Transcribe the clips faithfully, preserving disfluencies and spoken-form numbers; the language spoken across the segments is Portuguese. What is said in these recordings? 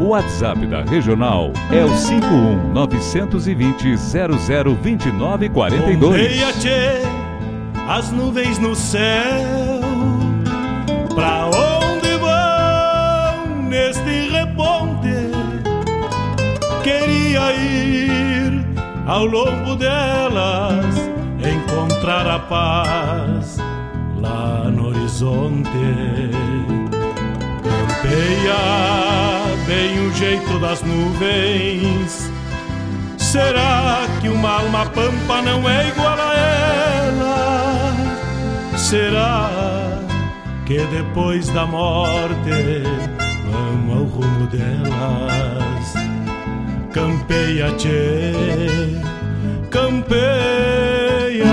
O WhatsApp da Regional é o cinco um nove dois zero zero zero dois nove quatro dois. Bombeia, tchê, as nuvens no céu, pra onde vão neste reponte? Queria ir ao longo delas, encontrar a paz lá no horizonte. Campeia bem o jeito das nuvens. Será que uma alma pampa não é igual a ela? Será que depois da morte vamos ao rumo delas? Campeia, tchê, campeia.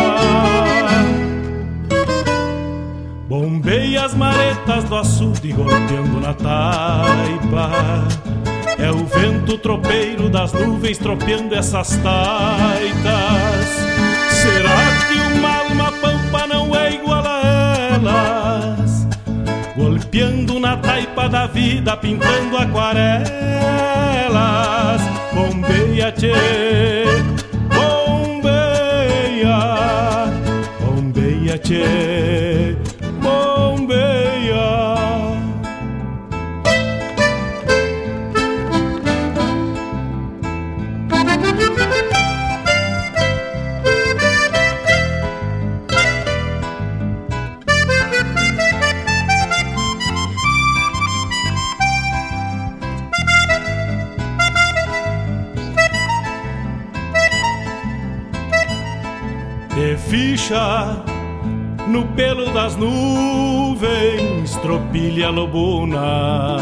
Bombeia as maretas do açude golpeando na taipa. É o vento tropeiro das nuvens tropeando essas taitas. Será que uma alma pampa não é igual a elas? Golpeando na taipa da vida, pintando aquarelas. Bombeia, tchê, bombeia. Bombeia, tchê, bombeia. De ficha no pelo das nuvens, tropilha lobuna.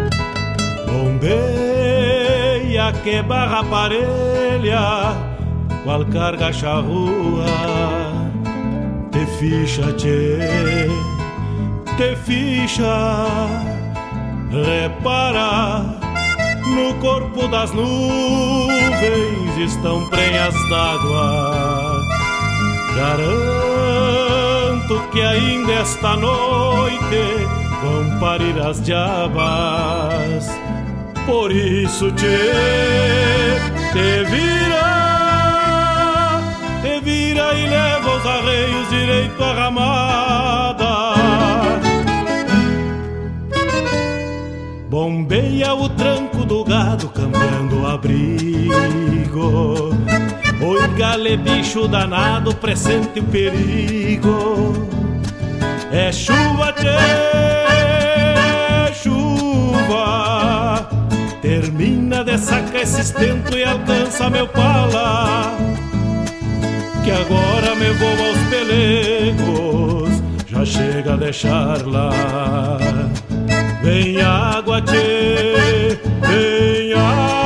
Bombeia que barra parelha, qual carga charrua. Te ficha, tchê, te ficha, repara, no corpo das nuvens estão prenhas d'água. Garanto que ainda esta noite vão parir as diabas. Por isso, tchê, te vira, te vira e leva os arreios direito à ramada. Bombeia o tranco do gado cambiando o abrigo. Oi, gale, bicho danado, pressente o perigo. É chuva, tchê, chuva. Termina de sacar esse estento e alcança meu pala, que agora me vou aos pelegos, já chega a deixar lá. Vem água, tchê, vem água.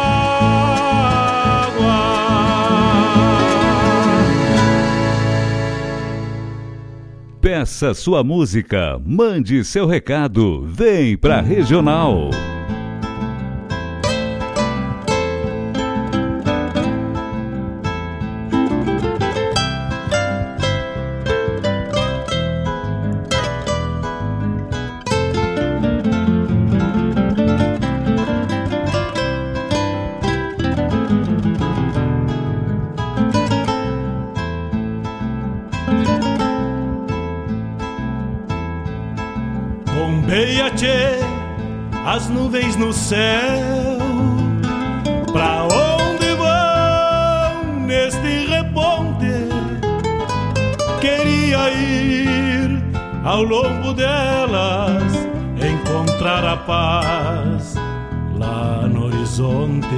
Peça sua música, mande seu recado, vem pra Regional. Bombeia, tchê, as nuvens no céu, pra onde vão neste reponte? Queria ir ao longo delas, encontrar a paz lá no horizonte.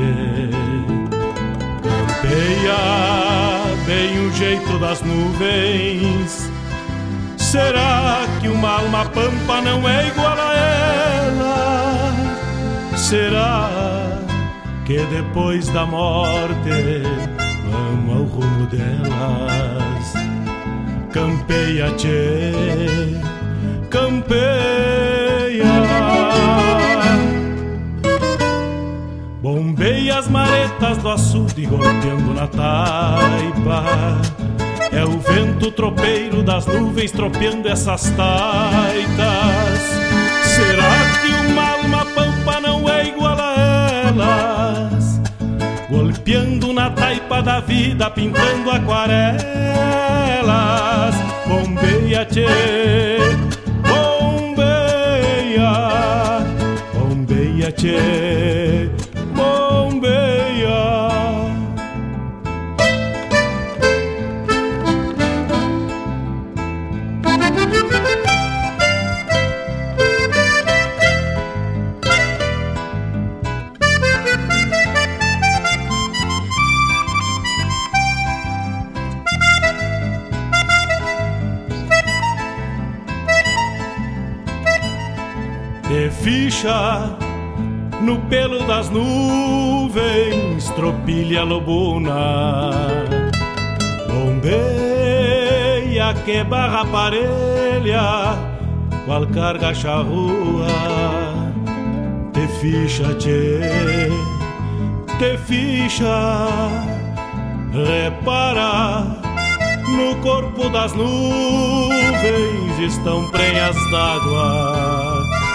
Campeia bem o jeito das nuvens. Será que uma alma pampa não é igual a ela? Será que depois da morte vamos ao rumo delas? Campeia, tchê, campeia. Bombeia as maretas do açude golpeando na taipa. É o vento tropeiro das nuvens tropeando essas taitas. Será que uma alma pampa não é igual tropeando na taipa da vida, pintando aquarelas. Bombeia, tchê, bombeia, bombeia, tchê, bombeia. De ficha no pelo das nuvens, tropilha lobuna. Bombeia que barra parelha, qual carga charrua. Te ficha, tchê, te ficha, repara, no corpo das nuvens estão prenhas d'água.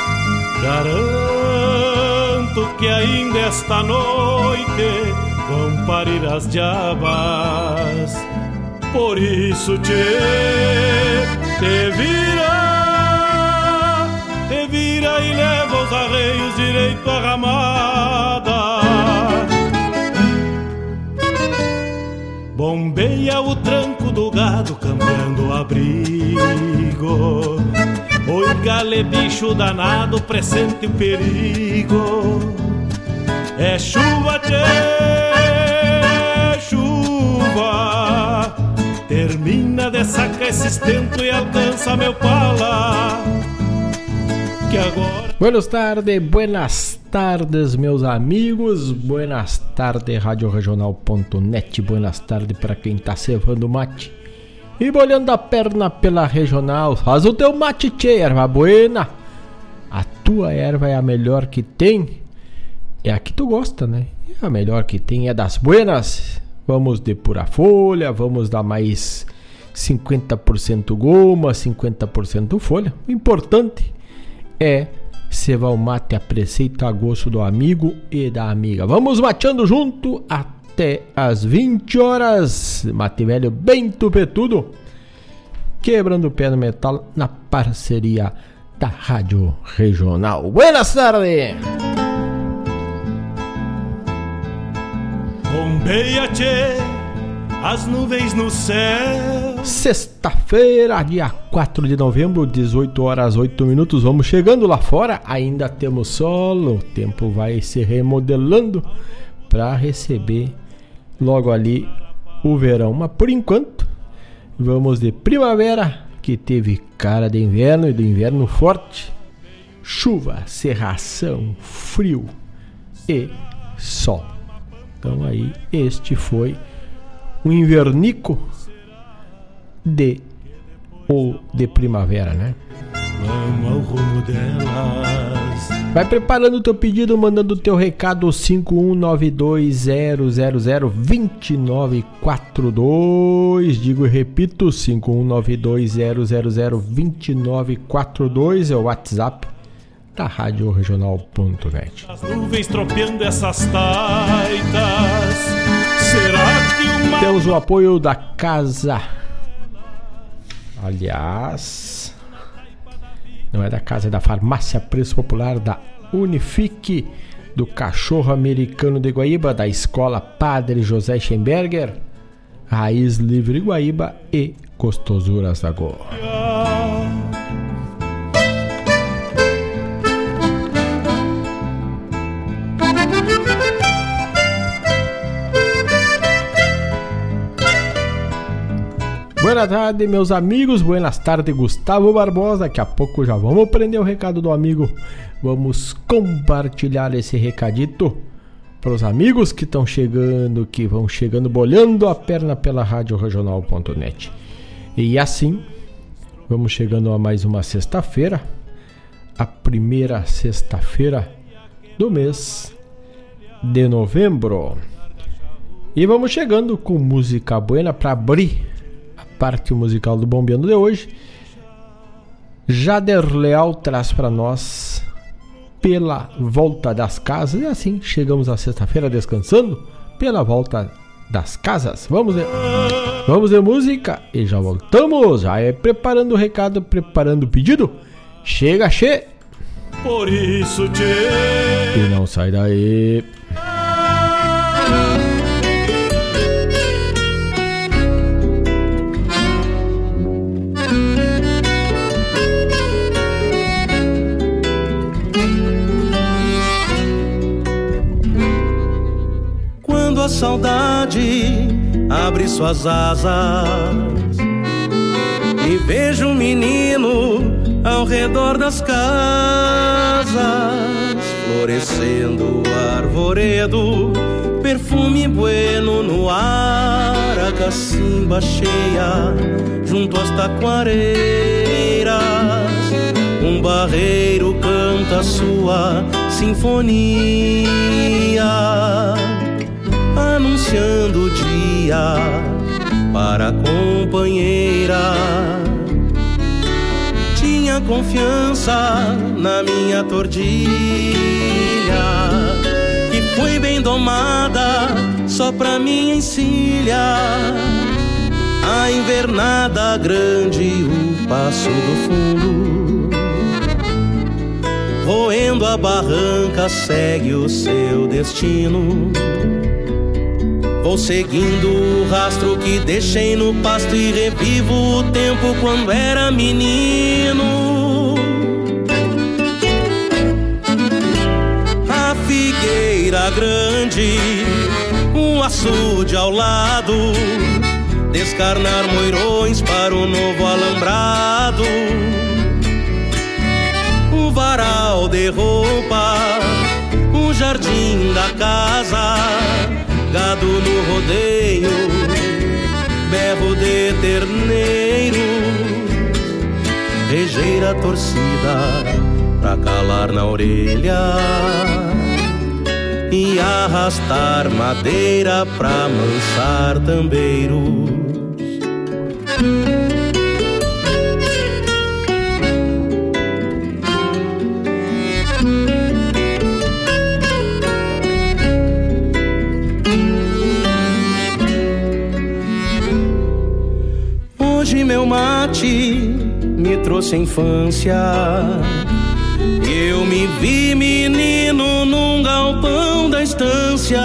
Garanto que ainda esta noite vão parir as diabas. Por isso te, te vira, te vira e leva os arreios direito à ramada. Bombeia o tranco do gado campeando o abrigo. Oi, gale, bicho danado, pressente o perigo. É chuva, tchê, chuva. Termina de sacar esse estento e alcança meu pala. Que agora... Buenas tardes, buenas tardes, meus amigos. Buenas tardes, rádio regional ponto net. Buenas tardes para quem tá cevando mate e bolhando a perna pela regional. Faz o teu mate, tchê, erva buena. A tua erva é a melhor que tem. É a que tu gosta, né? É a melhor que tem, é das buenas. Vamos de pura folha, vamos dar mais cinquenta por cento goma, cinquenta por cento folha. O importante é cevar o mate a preceito, a gosto do amigo e da amiga. Vamos mateando junto até às vinte horas. Mate velho bem tupetudo, quebrando o pé no metal na parceria da Rádio Regional. Buenas tardes! Bombeia, tchê, as nuvens no céu. Sexta-feira, dia quatro de novembro, dezoito horas oito minutos. Vamos chegando lá fora, ainda temos sol, o tempo vai se remodelando para receber logo ali o verão. Mas por enquanto, vamos de primavera, que teve cara de inverno e do inverno forte. Chuva, cerração, frio e sol. Então aí, este foi um invernico de ou de primavera, né? Vamos ao rumo delas. Vai preparando o teu pedido, mandando o teu recado cinco um nove dois zero zero zero dois nove quatro dois. Digo e repito, cinco um nove dois zero zero zero dois nove quatro dois é o WhatsApp da rádio regional ponto net. As nuvens tropeando essas taitas. Será que uma... Temos o apoio da casa. Aliás, não é da casa, é da Farmácia Preço Popular, da Unifique, do Cachorro Americano de Guaíba, da Escola Padre José Schemberger, Raiz Livre Guaíba e Gostosuras da Goa. Boa tarde, meus amigos. Buenas tardes, Gustavo Barbosa. Daqui a pouco já vamos prender o recado do amigo. Vamos compartilhar esse recadito para os amigos que estão chegando, que vão chegando, bolhando a perna pela rádio regional ponto net. E assim, vamos chegando a mais uma sexta-feira, a primeira sexta-feira do mês de novembro. E vamos chegando com música buena para abrir parte musical do Bombeando de hoje. Jader Leal traz para nós Pela Volta das Casas. E assim chegamos à sexta-feira descansando, pela volta das casas. Vamos de, vamos de música e já voltamos. Já é preparando o recado, preparando o pedido. Chega, che! Por isso, tchê! E não sai daí. Quando a saudade abre suas asas e vejo um menino ao redor das casas, florescendo o arvoredo, perfume bueno no ar, a cacimba cheia junto às taquareiras, um barreiro canta sua sinfonia, anunciando o dia para a companheira. Tinha confiança na minha tordilha, que foi bem domada só pra minha encilha. A invernada grande, o passo do fundo, roendo a barranca, segue o seu destino. Vou seguindo o rastro que deixei no pasto e revivo o tempo quando era menino. A figueira grande, um açude ao lado, descarnar moirões para o novo alambrado. O varal de roupa, o jardim da casa, gado no rodeio, berro de terneiro, regeira a torcida pra calar na orelha e arrastar madeira pra amansar tambeiros. Hoje meu mate me trouxe a infância, eu me vi menino num galpão da estância.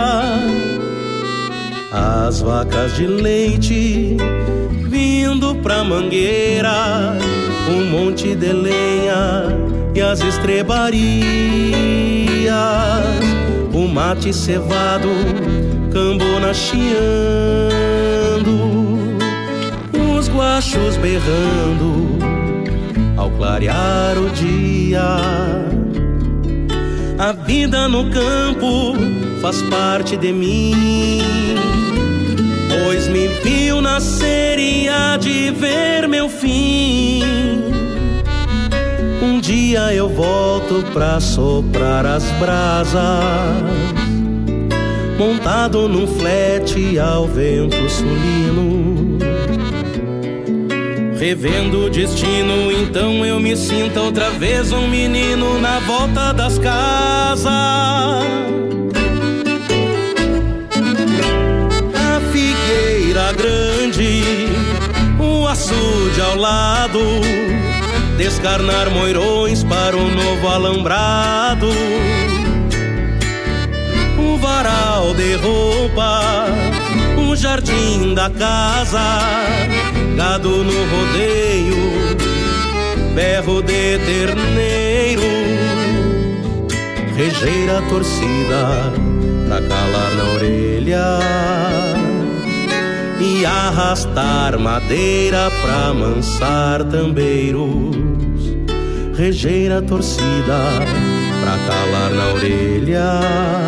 As vacas de leite vindo pra mangueira, um monte de lenha e as estrebarias, o mate cevado, cambona chiando, os guachos berrando ao clarear o dia. A vida no campo faz parte de mim, pois me viu nascer e há de ver meu fim. Um dia eu volto pra soprar as brasas, montado num flete ao vento sulino, revendo o destino, então eu me sinto outra vez um menino na volta das casas. A figueira grande, o açude ao lado, descarnar moirões para o novo alambrado, o varal de roupa, o jardim da casa, gado no rodeio, berro de terneiro, regeira a torcida pra calar na orelha e arrastar madeira pra amansar tambeiros. Regeira a torcida pra calar na orelha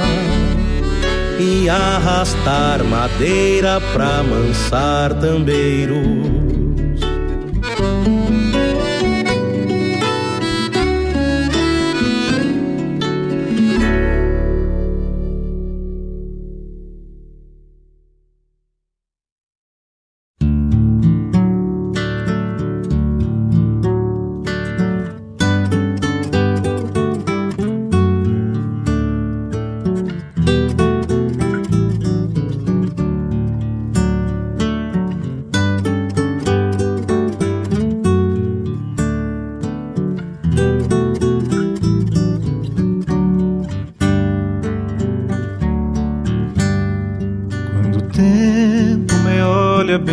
e arrastar madeira pra amansar tambeiros.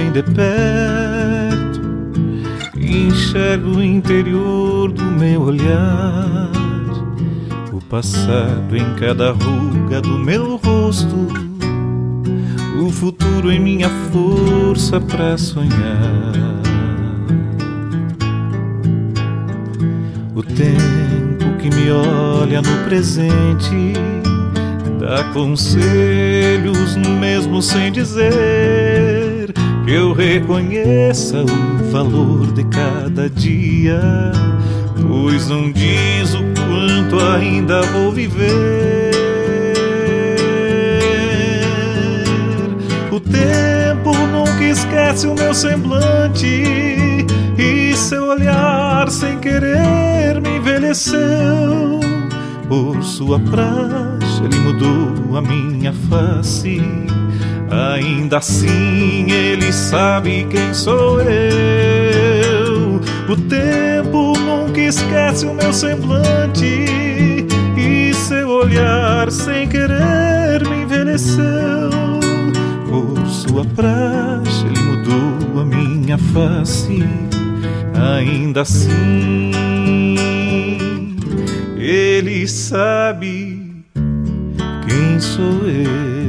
bem de perto, enxergo o interior do meu olhar, o passado em cada ruga do meu rosto, o futuro em minha força pra sonhar. O tempo que me olha no presente dá conselhos mesmo sem dizer que eu reconheça o valor de cada dia, pois não diz o quanto ainda vou viver. O tempo nunca esquece o meu semblante e seu olhar sem querer me envelheceu. Por sua praxe ele mudou a minha face, ainda assim ele sabe quem sou eu. O tempo nunca esquece o meu semblante e seu olhar sem querer me envelheceu. Por sua praxe ele mudou a minha face, ainda assim ele sabe quem sou eu.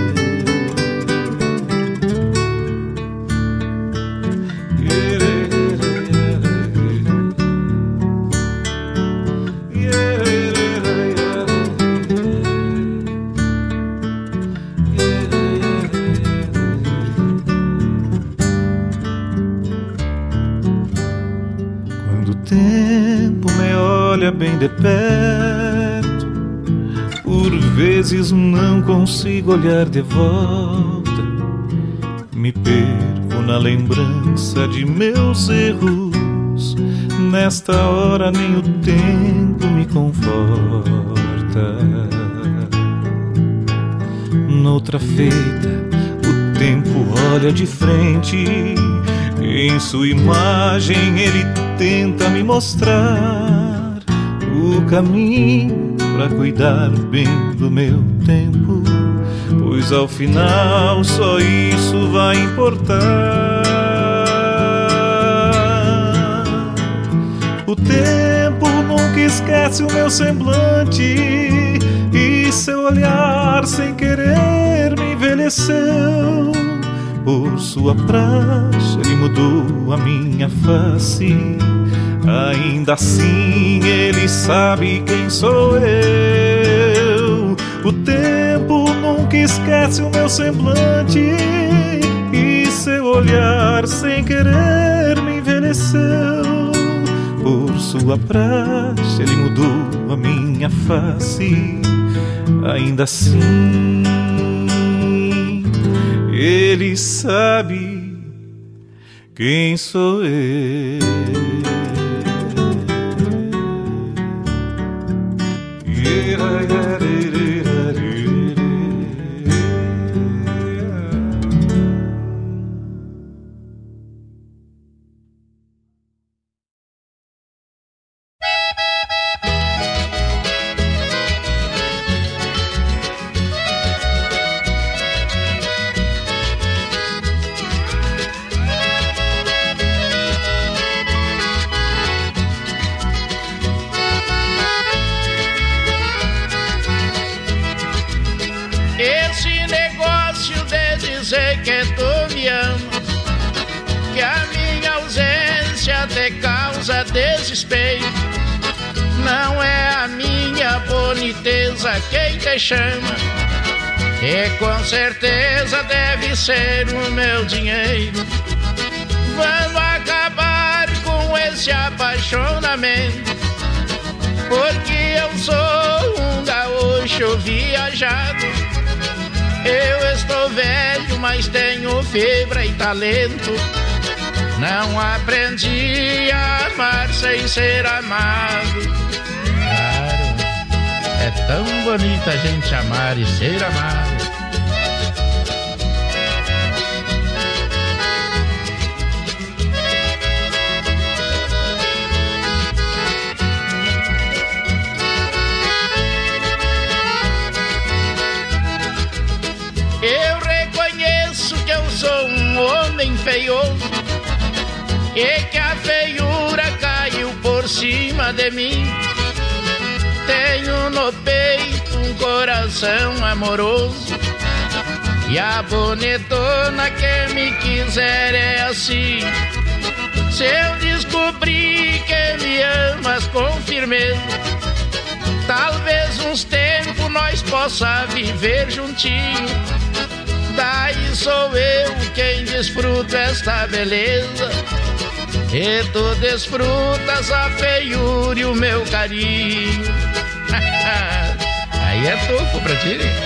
Bem de perto, por vezes não consigo olhar de volta, me perco na lembrança de meus erros, nesta hora nem o tempo me conforta. Noutra feita, o tempo olha de frente, em sua imagem ele tenta me mostrar o caminho pra cuidar bem do meu tempo, pois ao final só isso vai importar. O tempo nunca esquece o meu semblante e seu olhar sem querer me envelheceu. Por sua praxe ele mudou a minha face, ainda assim ele sabe quem sou eu. O tempo nunca esquece o meu semblante e seu olhar sem querer me envelheceu. Por sua praxe ele mudou a minha face, ainda assim ele sabe quem sou eu. Desespero, não é a minha boniteza quem te chama, e com certeza deve ser o meu dinheiro. Vamos acabar com esse apaixonamento, porque eu sou um gaúcho viajado. Eu estou velho, mas tenho fibra e talento. Não aprendi a amar sem ser amado. Claro, é tão bonito a gente amar e ser amado. Eu reconheço que eu sou um homem feio e que a feiura caiu por cima de mim. Tenho no peito um coração amoroso, e a bonitona que me quiser é assim. Se eu descobrir que me amas com firmeza, talvez uns tempos nós possa viver juntinho. Daí sou eu quem desfruta esta beleza, e tu desfrutas a feiura e o meu carinho. Aí é tufo pra ti, né?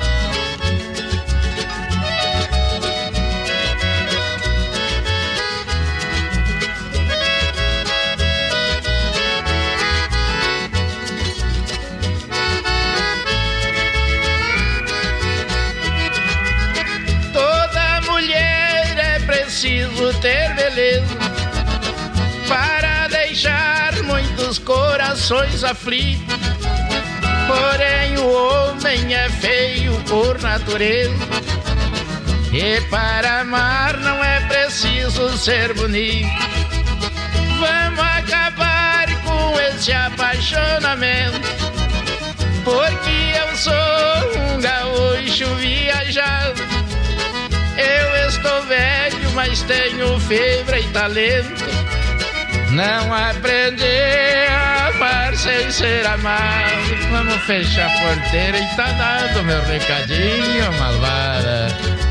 Preciso ter beleza para deixar muitos corações aflitos. Porém o homem é feio por natureza, e para amar não é preciso ser bonito. Vamos acabar com esse apaixonamento, porque eu sou um gaúcho viajado. Eu estou velho, mas tenho fibra e talento. Não aprendi a amar sem ser amado. Vamos fechar a porteira e tá dado meu recadinho, malvada.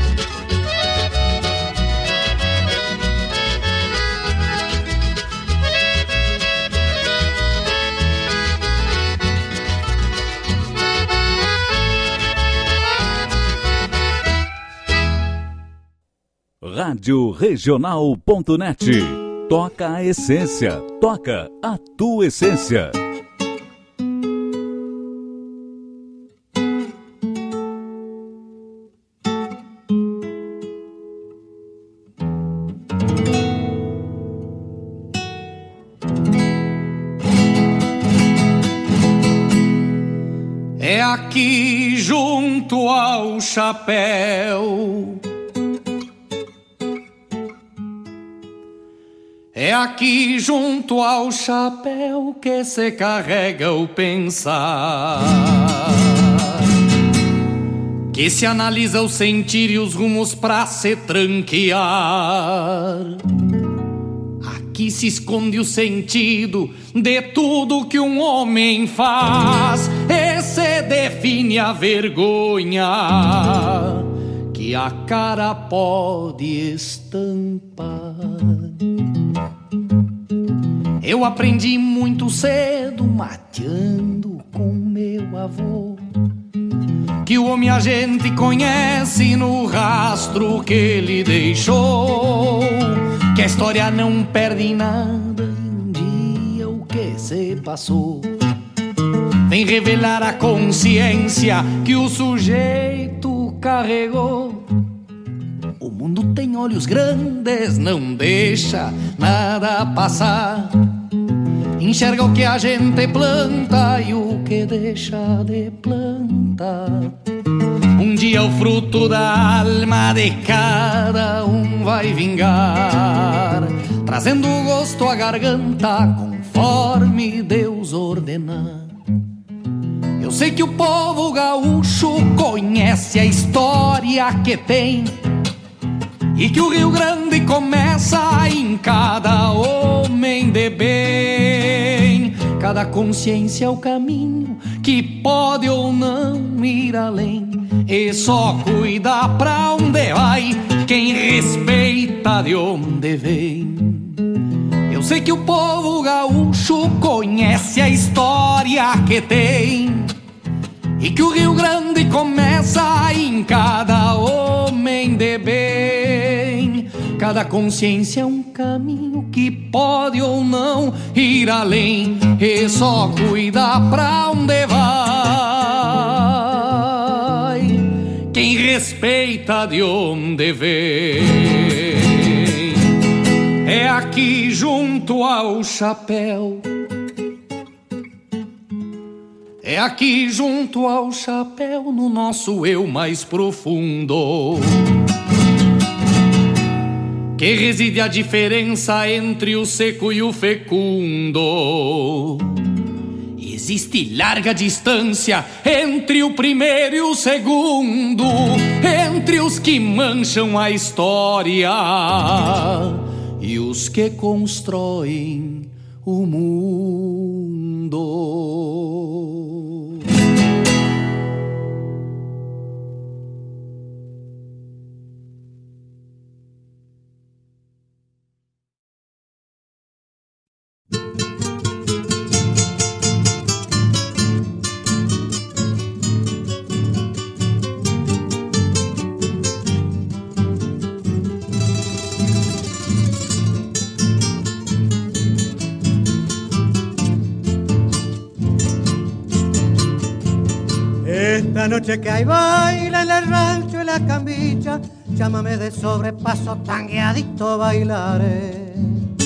rádio regional ponto net. Toca a essência, toca a tua essência. É aqui junto ao chapéu, é aqui junto ao chapéu que se carrega o pensar, que se analisa o sentir e os rumos pra se tranquear. Aqui se esconde o sentido de tudo que um homem faz, e se define a vergonha que a cara pode estampar. Eu aprendi muito cedo, mateando com meu avô, que o homem a gente conhece no rastro que ele deixou, que a história não perde nada e um dia o que se passou vem revelar a consciência que o sujeito carregou. O mundo tem olhos grandes, não deixa nada passar, enxerga o que a gente planta e o que deixa de plantar. Um dia o fruto da alma de cada um vai vingar, trazendo gosto à garganta conforme Deus ordenar. Eu sei que o povo gaúcho conhece a história que tem, e que o Rio Grande começa em cada homem de bem. Cada consciência é o caminho que pode ou não ir além, e só cuida pra onde vai quem respeita de onde vem. Eu sei que o povo gaúcho conhece a história que tem, e que o Rio Grande começa em cada homem de bem. Cada consciência é um caminho que pode ou não ir além, e só cuida pra onde vai quem respeita de onde vem. É aqui junto ao chapéu, é aqui junto ao chapéu, no nosso eu mais profundo, que reside a diferença entre o seco e o fecundo. Existe larga distância entre o primeiro e o segundo, entre os que mancham a história e os que constroem o mundo. Esta noche que hay baila en el rancho y la cambicha, llámame de sobrepaso, tangueadito bailaré.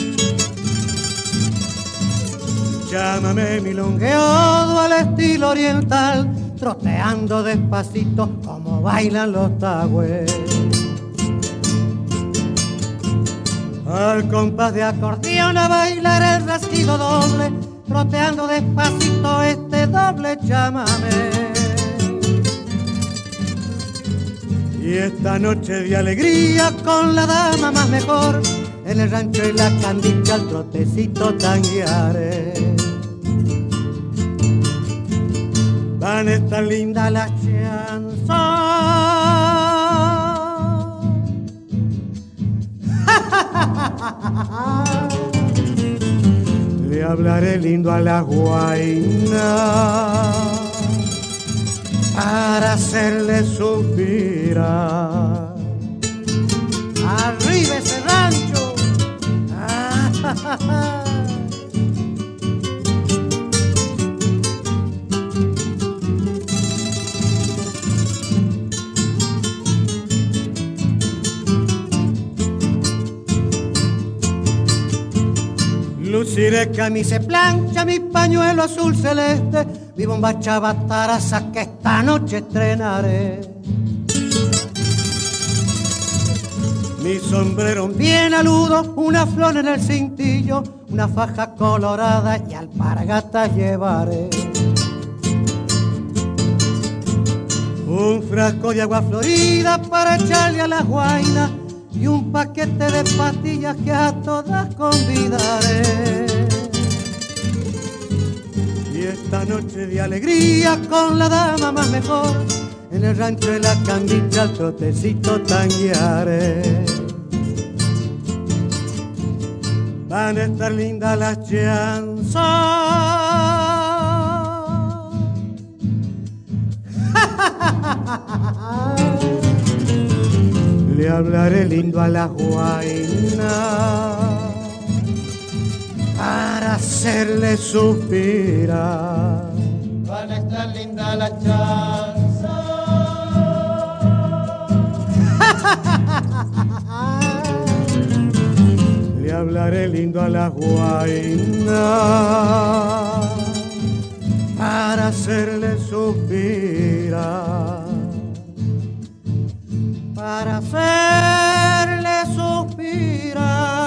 Llámame milongueado al estilo oriental, troteando despacito como bailan los tagües. Al compás de acordeón a bailar el rasquido doble, troteando despacito este doble llámame. Y esta noche de alegría con la dama más mejor, en el rancho y la candicha al trotecito tanguearé. Van a estar lindas las chanzas, le hablaré lindo a la guaina para hacerle suspirar. ¡Arriba ese rancho! ¡Ah! Luciré camisa plancha, mi pañuelo azul celeste, mi bomba chavataraza que esta noche estrenaré. Mi sombrero bien aludo, una flor en el cintillo, una faja colorada y alpargatas llevaré. Un frasco de agua florida para echarle a la guaina y un paquete de pastillas que a todas convidaré. Y esta noche de alegría con la dama más mejor, en el rancho de la candicha al trotecito tanguearé. Van a estar lindas las chanzas, le hablaré lindo a la guaina para hacerle suspirar. Van a estar lindas las chanzas, le hablaré lindo a la guaina para hacerle suspirar, para hacerle suspirar.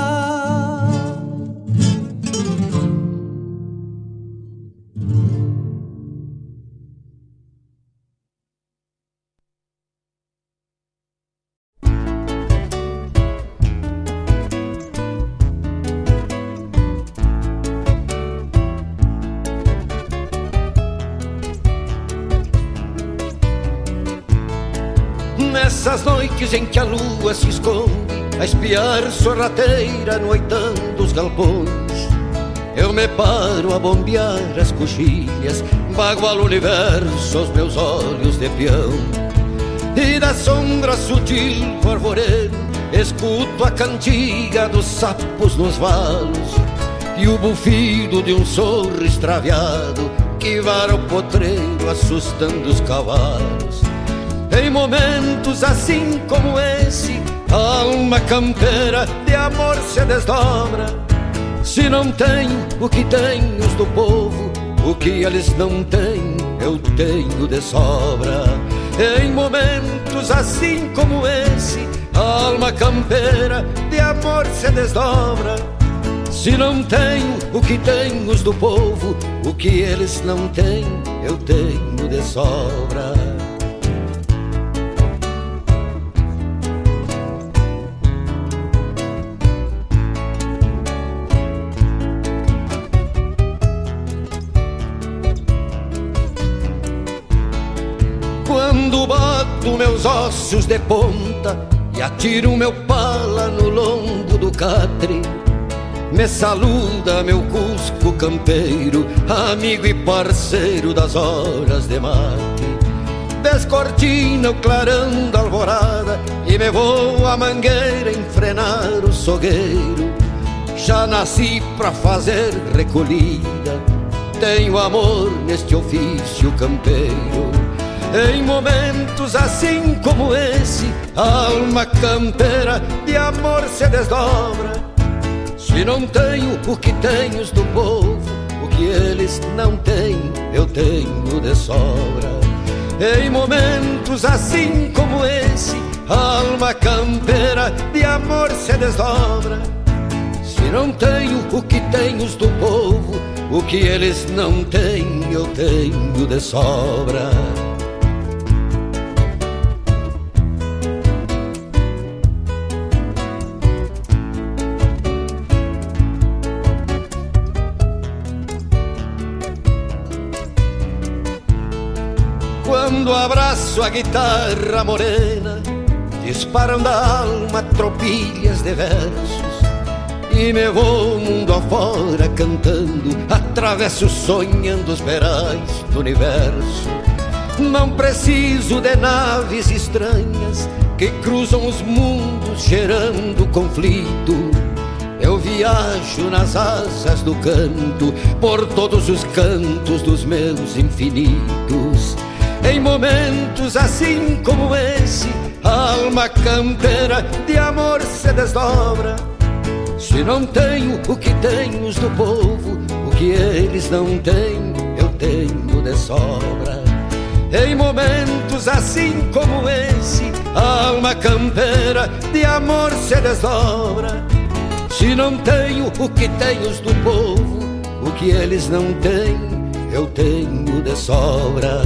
Nessas noites em que a lua se esconde a espiar sorrateira noitando os galpões, eu me paro a bombear as coxilhas, bagual o universo aos meus olhos de peão. E da sombra sutil do arvoredo escuto a cantiga dos sapos nos valos e o bufido de um sorro extraviado que vara o potreiro assustando os cavalos. Em momentos assim como esse, a alma campeira de amor se desdobra. Se não tenho o que tenho os do povo, o que eles não têm, eu tenho de sobra. Em momentos assim como esse, a alma campeira de amor se desdobra. Se não tenho o que tenho os do povo, o que eles não têm, eu tenho de sobra. Quando boto meus ossos de ponta e atiro meu pala no lombo do catre, me saluda meu cusco campeiro, amigo e parceiro das horas de mate. Descortina o clarão da alvorada e me vou à mangueira enfrenar o sogueiro. Já nasci pra fazer recolhida, tenho amor neste ofício campeiro. Em momentos assim como esse, a alma campeira de amor se desdobra. Se não tenho o que tenho os do povo, o que eles não têm, eu tenho de sobra. Em momentos assim como esse, a alma campeira de amor se desdobra. Se não tenho o que tenho os do povo, o que eles não têm, eu tenho de sobra. Quando abraço a guitarra morena, disparam da alma tropilhas de versos, e me vou mundo afora cantando, atravesso sonhando os verais do universo. Não preciso de naves estranhas que cruzam os mundos gerando conflito. Eu viajo nas asas do canto, por todos os cantos dos meus infinitos. Em momentos assim como esse, a alma campeira de amor se desdobra. Se não tenho o que tenho os do povo, o que eles não têm, eu tenho de sobra. Em momentos assim como esse, a alma campeira de amor se desdobra. Se não tenho o que tenho os do povo, o que eles não têm, eu tenho de sobra.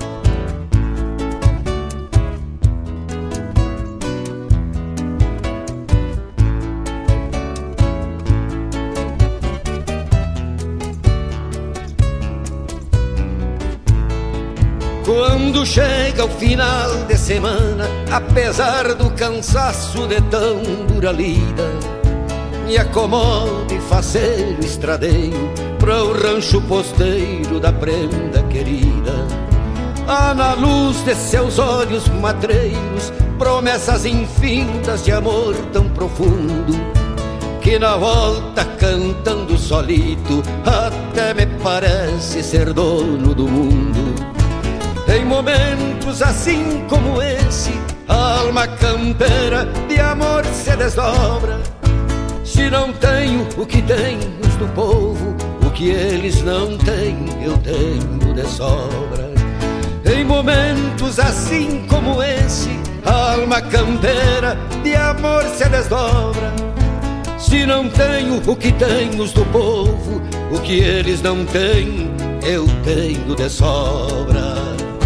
Quando chega o final de semana, apesar do cansaço de tão dura lida, me acomodo e faceiro estradeio para o rancho posteiro da prenda querida. Há na luz de seus olhos matreiros promessas infindas de amor tão profundo, que na volta cantando solito até me parece ser dono do mundo. Em momentos assim como esse, a alma campeira de amor se desdobra. Se não tenho o que tenho os do povo, o que eles não têm, eu tenho de sobra. Em momentos assim como esse, a alma campeira de amor se desdobra. Se não tenho o que tenho os do povo, o que eles não têm, eu tenho de sobra.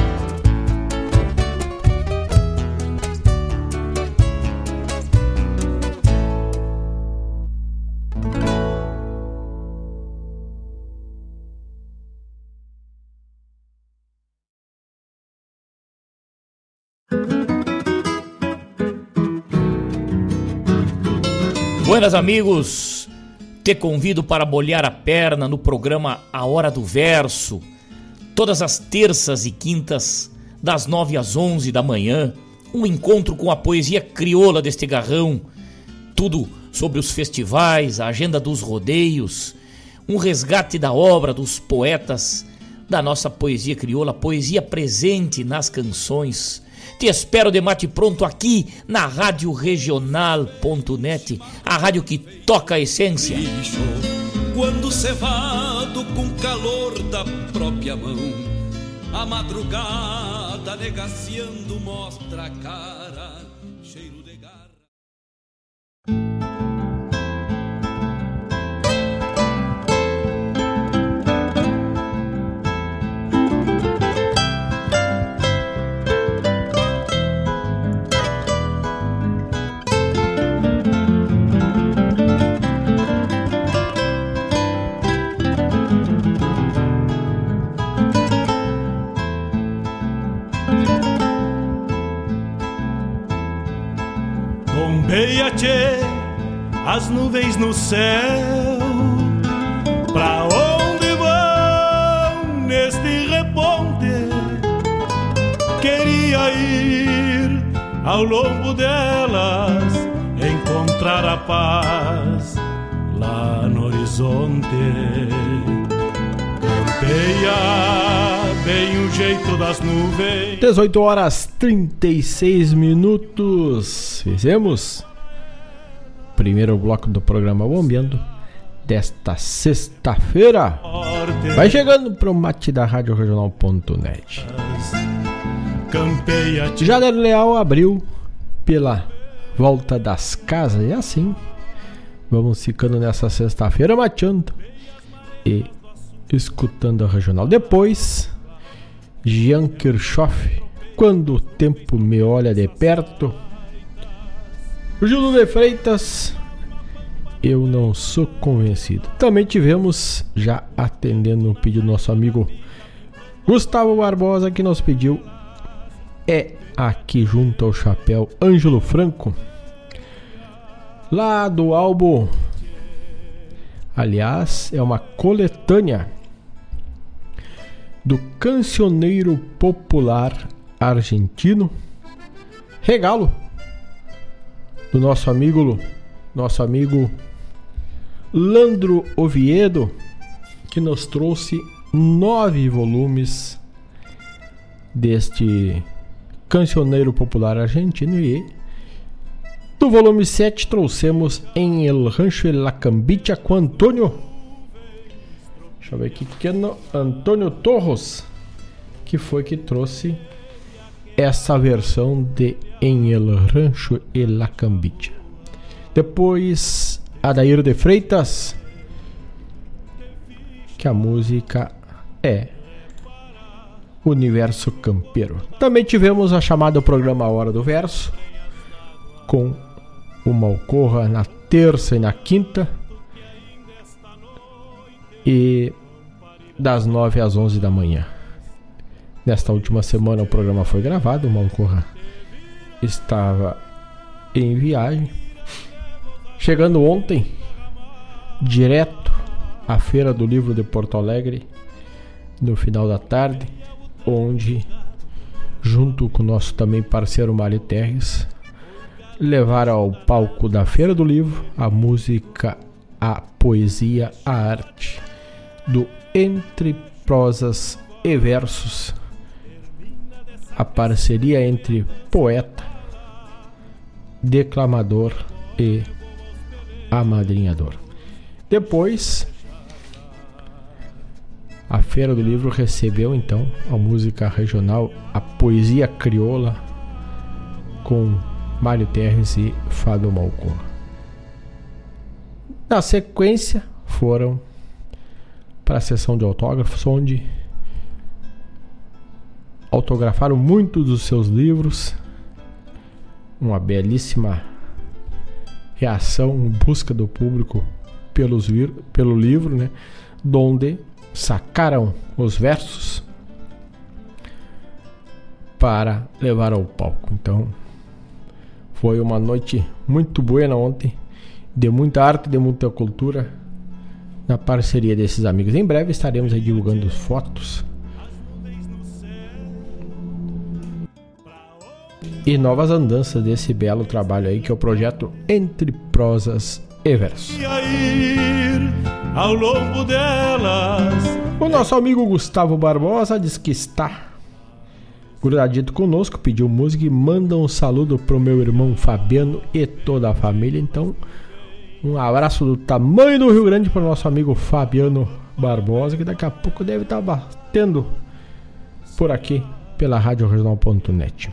Buenas amigos, te convido para bolhar a perna no programa A Hora do Verso, todas as terças e quintas, das nove às onze da manhã, um encontro com a poesia crioula deste garrão, tudo sobre os festivais, a agenda dos rodeios, um resgate da obra dos poetas da nossa poesia crioula, poesia presente nas canções. Te espero de mate pronto aqui na rádio regional ponto net, a rádio que toca a essência. Quando cevado com calor da própria mão, a madrugada negaciando mostra a cara, cheiro de garra. Campeia, tchê, as nuvens no céu. Pra onde vão neste reponte? Queria ir ao longo delas, encontrar a paz lá no horizonte. Campeia bem o jeito das nuvens. dezoito horas trinta e seis minutos. Fizemos primeiro bloco do programa Bombeando desta sexta-feira. Vai chegando pro mate da rádio regional ponto net. Jader Leal abriu pela volta das casas. E assim vamos ficando nessa sexta-feira mateando e escutando a regional. Depois, Jean Kirchhoff, Quando o Tempo Me Olha de Perto. Júlio de Freitas, Eu Não Sou Convencido. Também tivemos, já atendendo um pedido do nosso amigo Gustavo Barbosa, que nos pediu É Aqui Junto ao Chapéu, Ângelo Franco, lá do álbum, aliás, é uma coletânea do cancioneiro popular argentino, regalo do nosso amigo nosso amigo Landro Oviedo, que nos trouxe nove volumes deste cancioneiro popular argentino. E do volume sete trouxemos Em El Rancho de la Cambicha com Antônio, deixa eu ver aqui, que é no Antônio Torros, que foi que trouxe essa versão de Em El Rancho de la Cambicha. Depois, Adair de Freitas, que a música é Universo Campeiro. Também tivemos a chamada programa Hora do Verso, com uma ocorra na terça e na quinta, e das nove às onze da manhã. Nesta última semana o programa foi gravado, o Malcorra estava em viagem, chegando ontem direto à Feira do Livro de Porto Alegre no final da tarde, onde, junto com o nosso também parceiro Mário Terres, levaram ao palco da Feira do Livro a música, a poesia, a arte do Entre Prosas e Versos, a parceria entre poeta, declamador e amadrinhador. Depois, a Feira do Livro recebeu então a música regional, a poesia crioula, com Mário Terres e Fábio Malcorra. Na sequência, foram para a sessão de autógrafos, onde autografaram muitos dos seus livros. Uma belíssima reação, busca do público pelos vir, pelo livro, né? Donde sacaram os versos para levar ao palco. Então, foi uma noite muito boa ontem, de muita arte, de muita cultura, na parceria desses amigos. Em breve estaremos aí divulgando fotos e novas andanças desse belo trabalho aí, que é o projeto Entre Prosas e Versos. Ao longo delas, o nosso amigo Gustavo Barbosa diz que está grudadito conosco, pediu música e manda um saludo pro meu irmão Fabiano e toda a família. Então, um abraço do tamanho do Rio Grande para o nosso amigo Fabiano Barbosa, que daqui a pouco deve estar batendo por aqui pela rádio regional ponto net.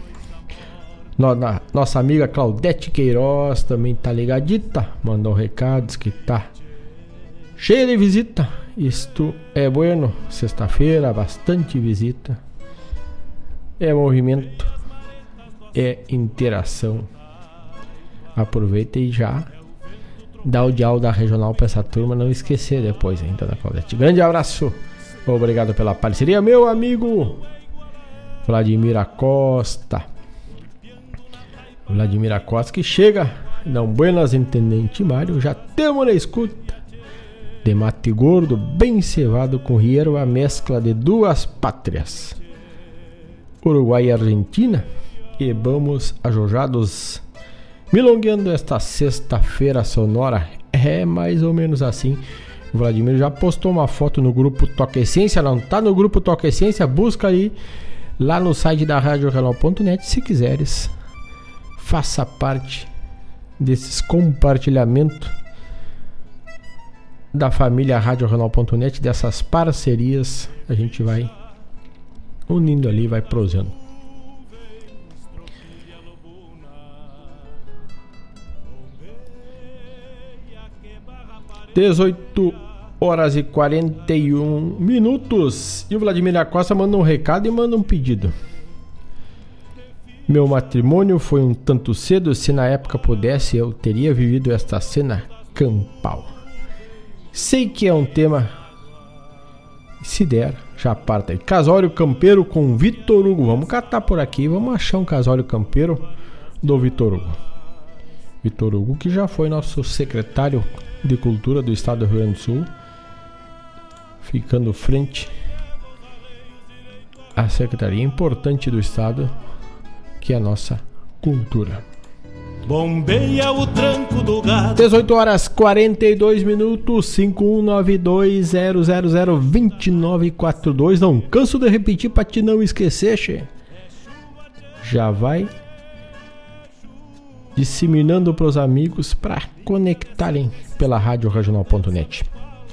Nossa amiga Claudete Queiroz também tá ligadita, mandou um recado, diz que tá cheia de visita. Isto é bueno, sexta-feira, bastante visita, é movimento, é interação. Aproveita e já dá o dial da regional pra essa turma não esquecer depois ainda da Claudete. Grande abraço, obrigado pela parceria, meu amigo Vladimir Acosta. Vladimir Acosta, que chega Não buenas, Intendente Mário. Já temos na escuta. De mate gordo, bem cevado com hierba, mescla de duas pátrias, Uruguai e Argentina. E vamos ajojados milongueando esta sexta-feira sonora. É mais ou menos assim. O Vladimir já postou uma foto no grupo Toca Essência. Não tá no grupo Toca Essência? Busca aí lá no site da rádio regional ponto net. Se quiseres, faça parte desses compartilhamentos da família rádio regional ponto net, dessas parcerias. A gente vai unindo ali, vai prosando. dezoito horas e quarenta e um minutos. E o Vladimir Acosta manda um recado e manda um pedido. Meu matrimônio foi um tanto cedo. Se na época pudesse, eu teria vivido esta cena campal. Sei que é um tema. Se der, já parta aí. Casório campeiro com Vitor Hugo. Vamos catar por aqui. Vamos achar um casório campeiro do Vitor Hugo. Vitor Hugo, que já foi nosso secretário de Cultura do Estado do Rio Grande do Sul, ficando frente à secretaria importante do Estado, que é a nossa cultura. Bombeia o tranco do gado. dezoito horas e quarenta e dois minutos. Cinco um nove dois zero zero zero dois nove quatro dois. Não canso de repetir pra te não esquecer, che. Já vai disseminando pros amigos para conectarem pela rádio regional ponto net.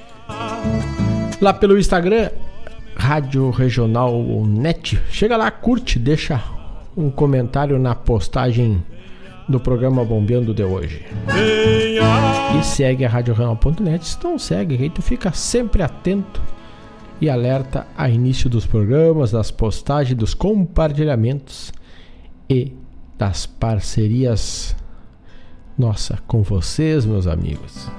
Lá pelo Instagram, Rádio Regional Net. Chega lá, curte, deixa um comentário na postagem do programa Bombeando de hoje. E segue a rádio regional ponto net. Então segue, aí tu fica sempre atento e alerta a início dos programas, das postagens, dos compartilhamentos e das parcerias nossa com vocês, meus amigos.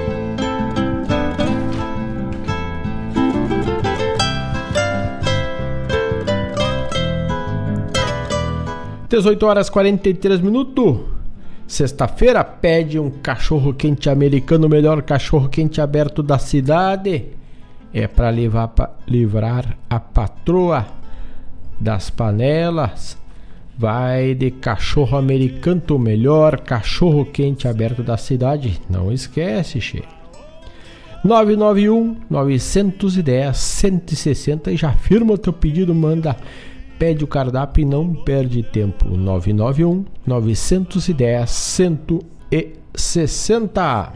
dezoito horas e quarenta e três minutos. Sexta-feira, pede um cachorro quente americano, o melhor cachorro quente aberto da cidade. É para levar pra livrar a patroa das panelas. Vai de cachorro americano, o melhor cachorro quente aberto da cidade. Não esquece, che. nove nove um, nove um zero, um seis zero zero e já firma o teu pedido, manda. Pede o cardápio e não perde tempo. nove nove um, nove um zero, um seis zero zero.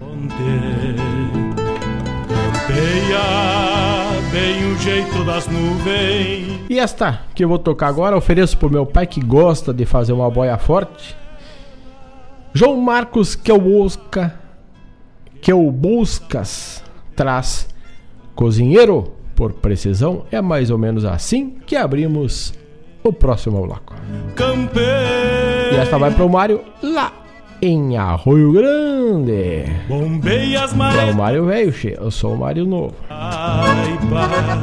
Campeia bem o jeito das nuvens. E esta que eu vou tocar agora, ofereço pro meu pai que gosta de fazer uma boia forte. João Marcos, que é o Oscar, que é o Buscas, traz cozinheiro por precisão. É mais ou menos assim que abrimos o próximo bloco. Campeia. E esta vai pro Mário lá em Arroio Grande. Bombeia as marés. É o Mário velho, che. Eu sou o Mário novo. Ai, pá.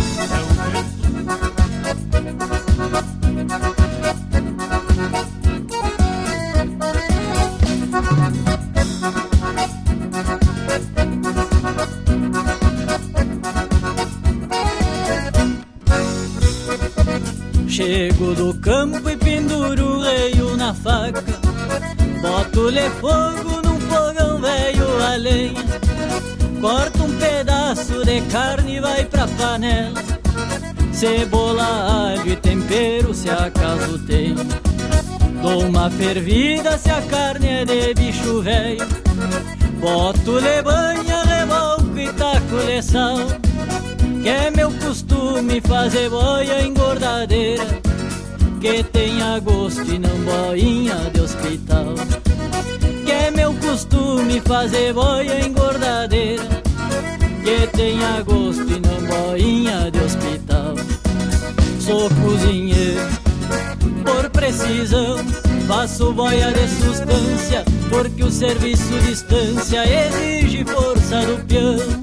Chego do campo e penduro o reio na faca, boto-lhe fogo num fogão velho a lenha, corto um pedaço de carne e vai pra panela, cebola, alho e tempero se acaso tem, dou uma fervida se a carne é de bicho velho, boto-lhe banha, revolco e taco-lhe sal, que é meu costume fazer boia engordadeira, que tenha gosto e não boinha de hospital. Que é meu costume fazer boia engordadeira, que tenha gosto e não boinha de hospital. Sou cozinheiro por precisão, faço boia de sustância, porque o serviço distância exige força do peão.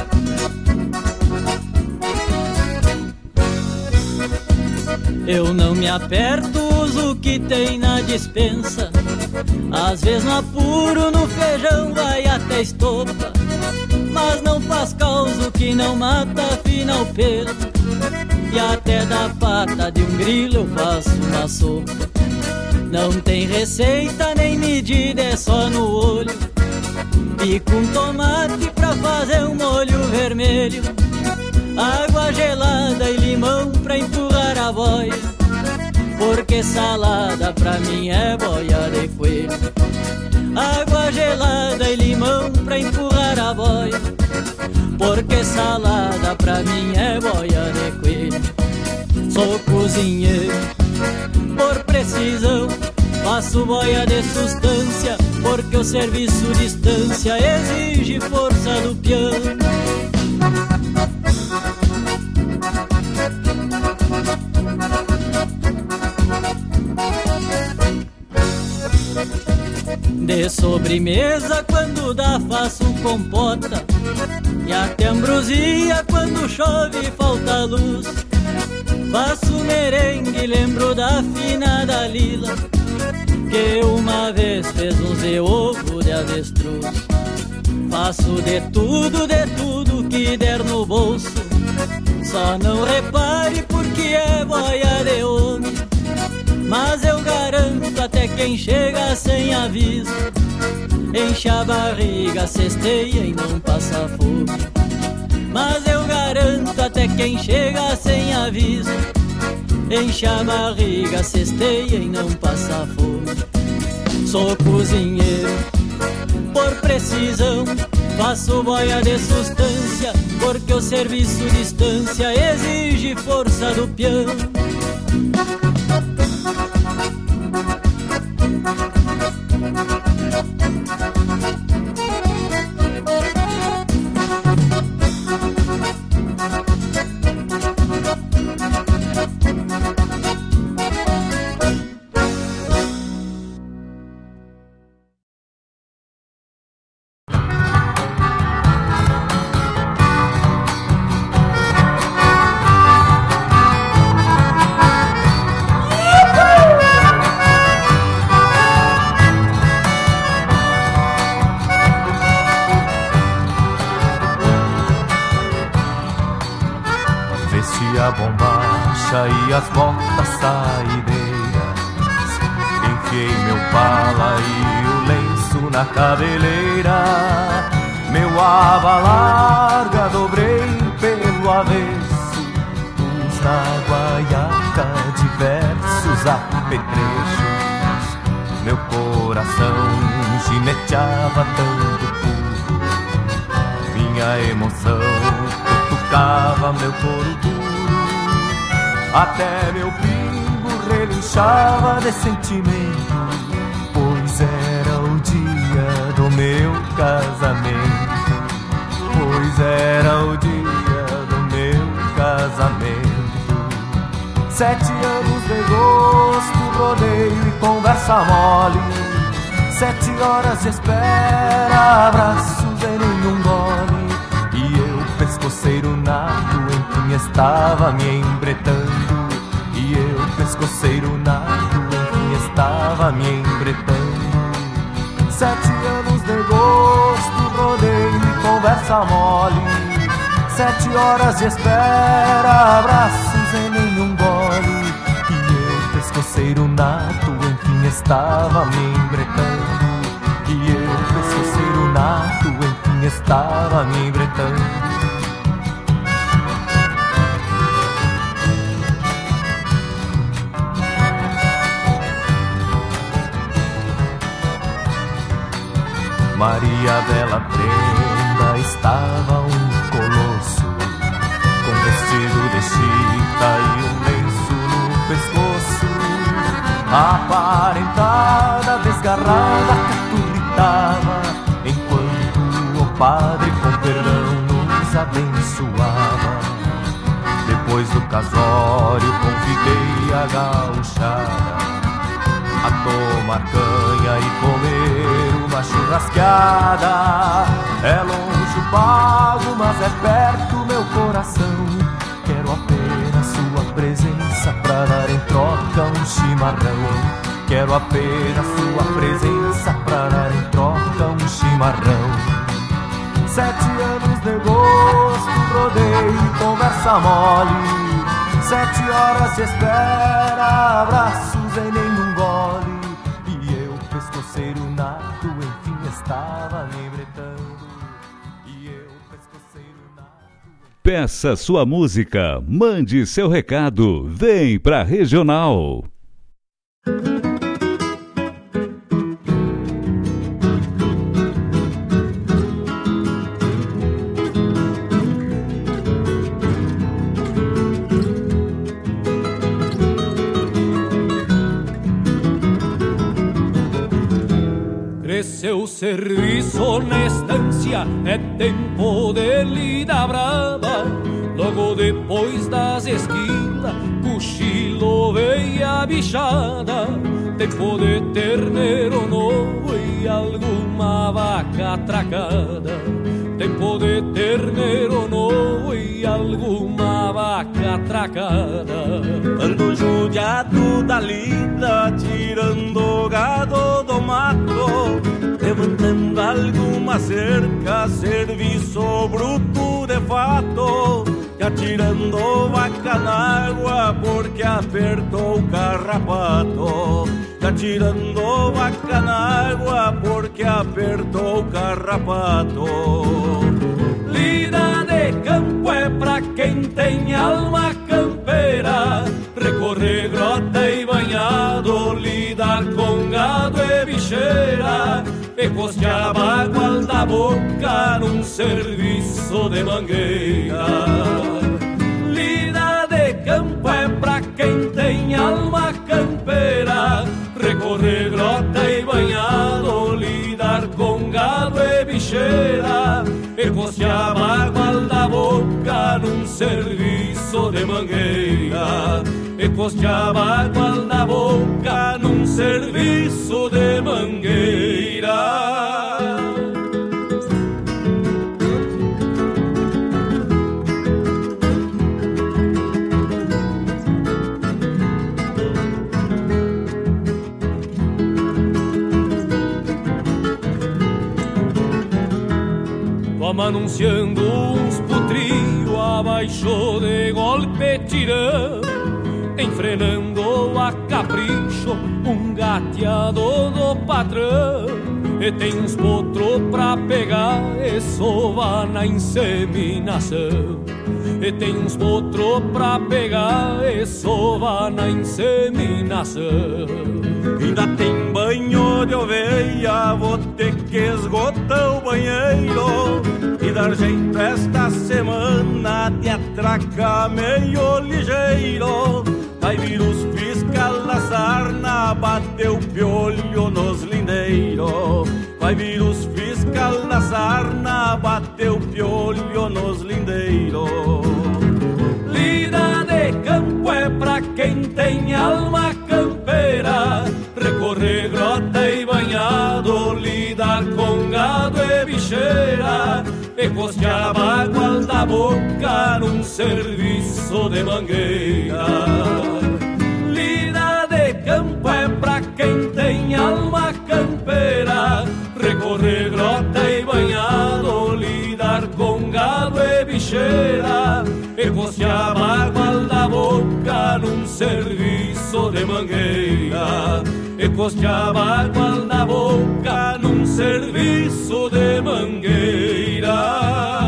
Eu não me aperto, uso o que tem na dispensa. Às vezes no apuro, no feijão vai até estopa, mas não faz causa que não mata, afina o pelo. E até da pata de um grilo eu faço uma sopa. Não tem receita nem medida, é só no olho. Pico um tomate pra fazer um molho vermelho, água gelada e limão pra empurrar a boia, porque salada pra mim é boia de coelho. Água gelada e limão pra empurrar a boia, porque salada pra mim é boia de coelho. Sou cozinheiro por precisão, faço boia de sustância, porque o serviço distância exige força do piano. De sobremesa quando dá faço compota, e até ambrosia quando chove e falta luz. Faço merengue, lembro da fina da Lila, que uma vez fez um zé ovo de avestruz. Faço de tudo, de tudo que der no bolso, só não repare porque é boia de homem. Mas eu garanto até quem chega sem aviso, enche a barriga, cesteia e não passa fome. Mas eu garanto até quem chega sem aviso, enche a barriga, cesteia e não passa fome. Sou cozinheiro por precisão, faço boia de sustância, porque o serviço distância exige força do peão. A bombacha e as botas saideiras, enfiei meu pala e o lenço na cabeleira. Meu aba larga dobrei pelo avesso, pus na guaiaca diversos apetrechos. Meu coração gineteava tanto puro, minha emoção cutucava meu couro duro. Até meu pingo relinchava de sentimento, pois era o dia do meu casamento. Pois era o dia do meu casamento. Sete anos de gosto, rodeio e conversa mole, sete horas de espera, abraços e nenhum gole. E eu, pescoceiro nato, enfim estava me embretando. E eu, pescoceiro nato, enfim estava me embretando. Sete anos de gosto, rodeio e conversa mole, sete horas de espera, abraços e nenhum gole. E eu, pescoceiro nato, enfim estava me embretando. E eu, pescoceiro nato, enfim estava me embretando. Maria Bela Prenda estava um colosso, com vestido de chita e um lenço no pescoço. Aparentada, desgarrada, caturritava, enquanto o padre com perdão nos abençoava. Depois do casório convidei a gauchada a tomar canha e comer uma churrasqueada. É longe o pago, mas é perto meu coração. Quero apenas sua presença pra dar em troca chimarrão. Quero apenas sua presença pra dar em troca um chimarrão. Sete anos de gosto, rodeio, conversa mole. Sete horas de espera, abraços e nenhum gole. E eu, pescoceiro nato, enfim estava libretando. E eu, pescoceiro nato... Peça sua música, mande seu recado, vem pra Regional. Seu serviço na estância é tempo de lida brava. Logo depois das esquilas, cochilo veio a bichada. Tempo de terneiro novo e alguma vaca atracada. Tempo de terneiro novo e alguma vaca atracada. Ando judiado da lida, tirando gado do mato, levantando alguma cerca, serviço bruto de fato, e atirando vaca na água porque apertou o carrapato. E atirando vaca na água porque apertou o carrapato. Lida de campo é pra quem tem alma campeira, recorrer grota e banhado, lidar com gado e bicheira, e costear bagual da boca num serviço de mangueira. Lida de campo é pra quem tem alma campeira, recorrer grota e banhado, lidar com gado e bicheira, e costear bagual da boca num serviço de mangueira. E costear bagual da boca num serviço de mangueira. Vamos anunciando uns putrio abaixo de golpe tirão, enfrenando a capricho um gateado do patrão. E tem uns potros pra pegar e sovar na inseminação. E tem uns potros pra pegar e sovar na inseminação. Ainda tem banho de oveia, vou ter que esgotar o banheiro e dar jeito esta semana de atracar meio ligeiro. Vai vir os fiscal na sarna, bater o piolho nos lindeiros. Vai vir os fiscal na sarna, bater o piolho nos lindeiros. Lida de campo é pra quem tem alma campeira, recorrer grota e banhado, lidar com gado e bicheira, e costear bagual da boca num serviço de mangueira. Lida de campo é pra quem tem alma campeira, recorrer grota e banhado, lidar com gado e bicheira, e costear bagual da boca num serviço de mangueira. E costear bagual da boca num serviço de mangueira.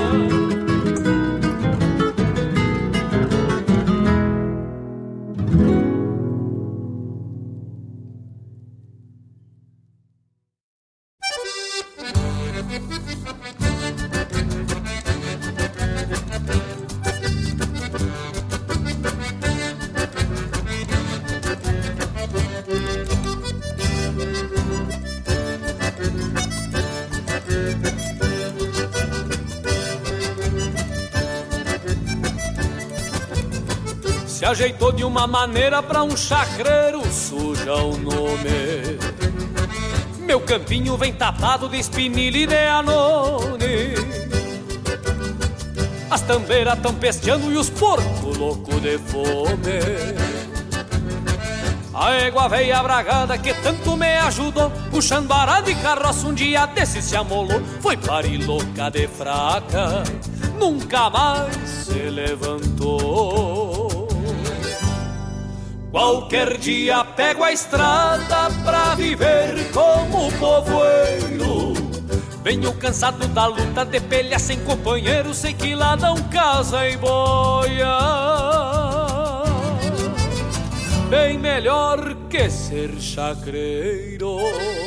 Se ajeitou de uma maneira pra um chacreiro suja o nome. Meu campinho vem tapado de espinilha e de anone. As tambeiras tão pesteando e os porcos loucos de fome. A égua veia bragada que tanto me ajudou, puxando arado e carroça um dia desse se amolou. Foi pariloca de fraca, nunca mais se levantou. Qualquer dia pego a estrada pra viver como povoeiro. Venho cansado da luta de pelha sem companheiro, sei que lá não casa e boia. Bem melhor que ser chacreiro.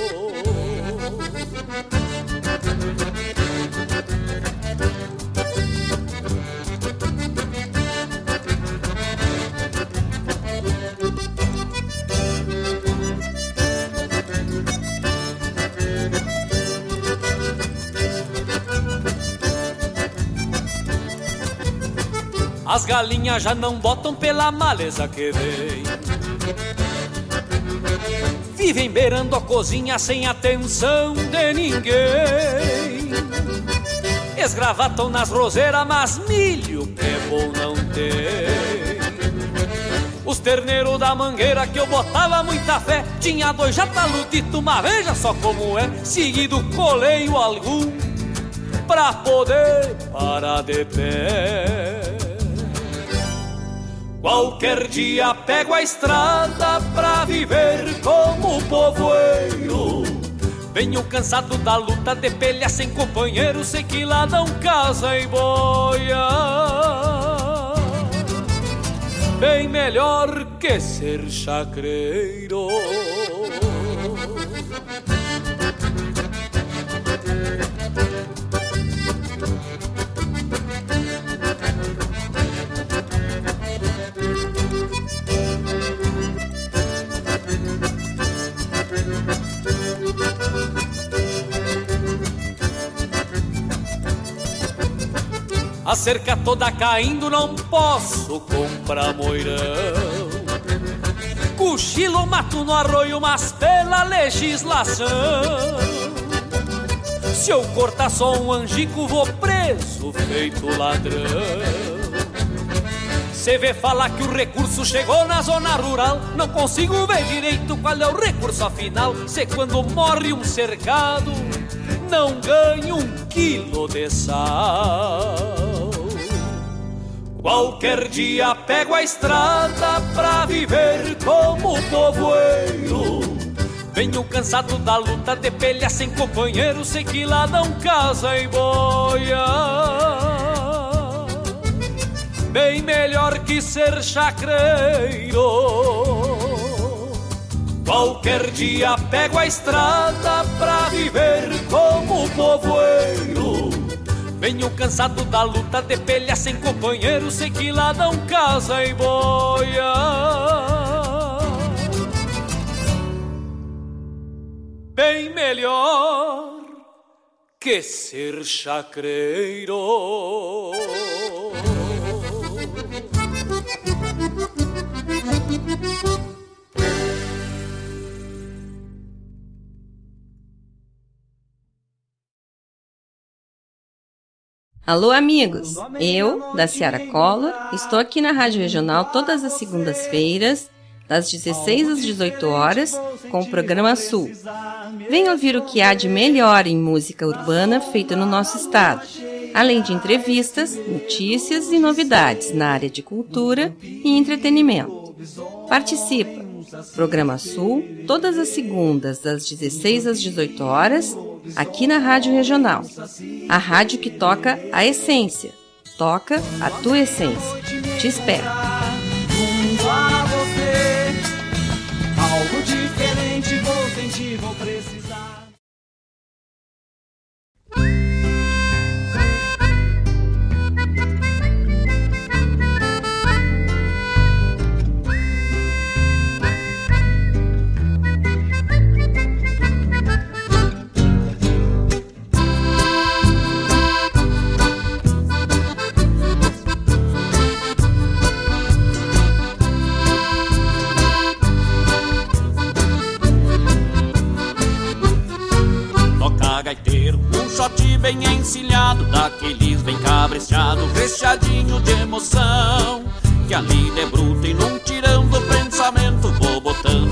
As galinhas já não botam pela maleza que vem. Vivem beirando a cozinha sem atenção de ninguém. Esgravatam nas roseiras, mas milho que é bom não tem. Os terneiros da mangueira que eu botava muita fé, tinha dois jataludito, mas veja só como é. Seguido coleio algum pra poder parar de pé. Qualquer dia pego a estrada pra viver como povoeiro. Venho cansado da luta de pelha sem companheiro, sei que lá não casa e boia. Bem melhor que ser chacreiro. A cerca toda caindo, não posso comprar moirão. Cochilo mato no arroio, mas pela legislação. Se eu cortar só um angico, vou preso feito ladrão. Cê vê falar que o recurso chegou na zona rural, não consigo ver direito qual é o recurso afinal. Se quando morre um cercado, não ganho um quilo de sal. Qualquer dia pego a estrada pra viver como povoeiro. Venho cansado da luta de pelha sem companheiro, sei que lá não casa e boia. Bem melhor que ser chacreiro. Qualquer dia pego a estrada pra viver como povoeiro. Venho cansado da luta de pelha sem companheiro, sei que lá não casa e boia. Bem melhor que ser chacreiro. Alô, amigos! Eu, da Ciara Collor, estou aqui na Rádio Regional todas as segundas-feiras, das dezesseis às dezoito horas, com o programa Sul. Venha ouvir o que há de melhor em música urbana feita no nosso estado, além de entrevistas, notícias e novidades na área de cultura e entretenimento. Participa! Programa Sul, todas as segundas, das dezesseis às dezoito horas, aqui na Rádio Regional. A rádio que toca a essência. Toca a tua essência. Te espero. Junto a você, algo diferente vou sentir, vou precisar. Gaiteiro, um shot bem encilhado, daqueles bem cabresteado, recheadinho de emoção, que ali debruta e num tirão do pensamento vou botando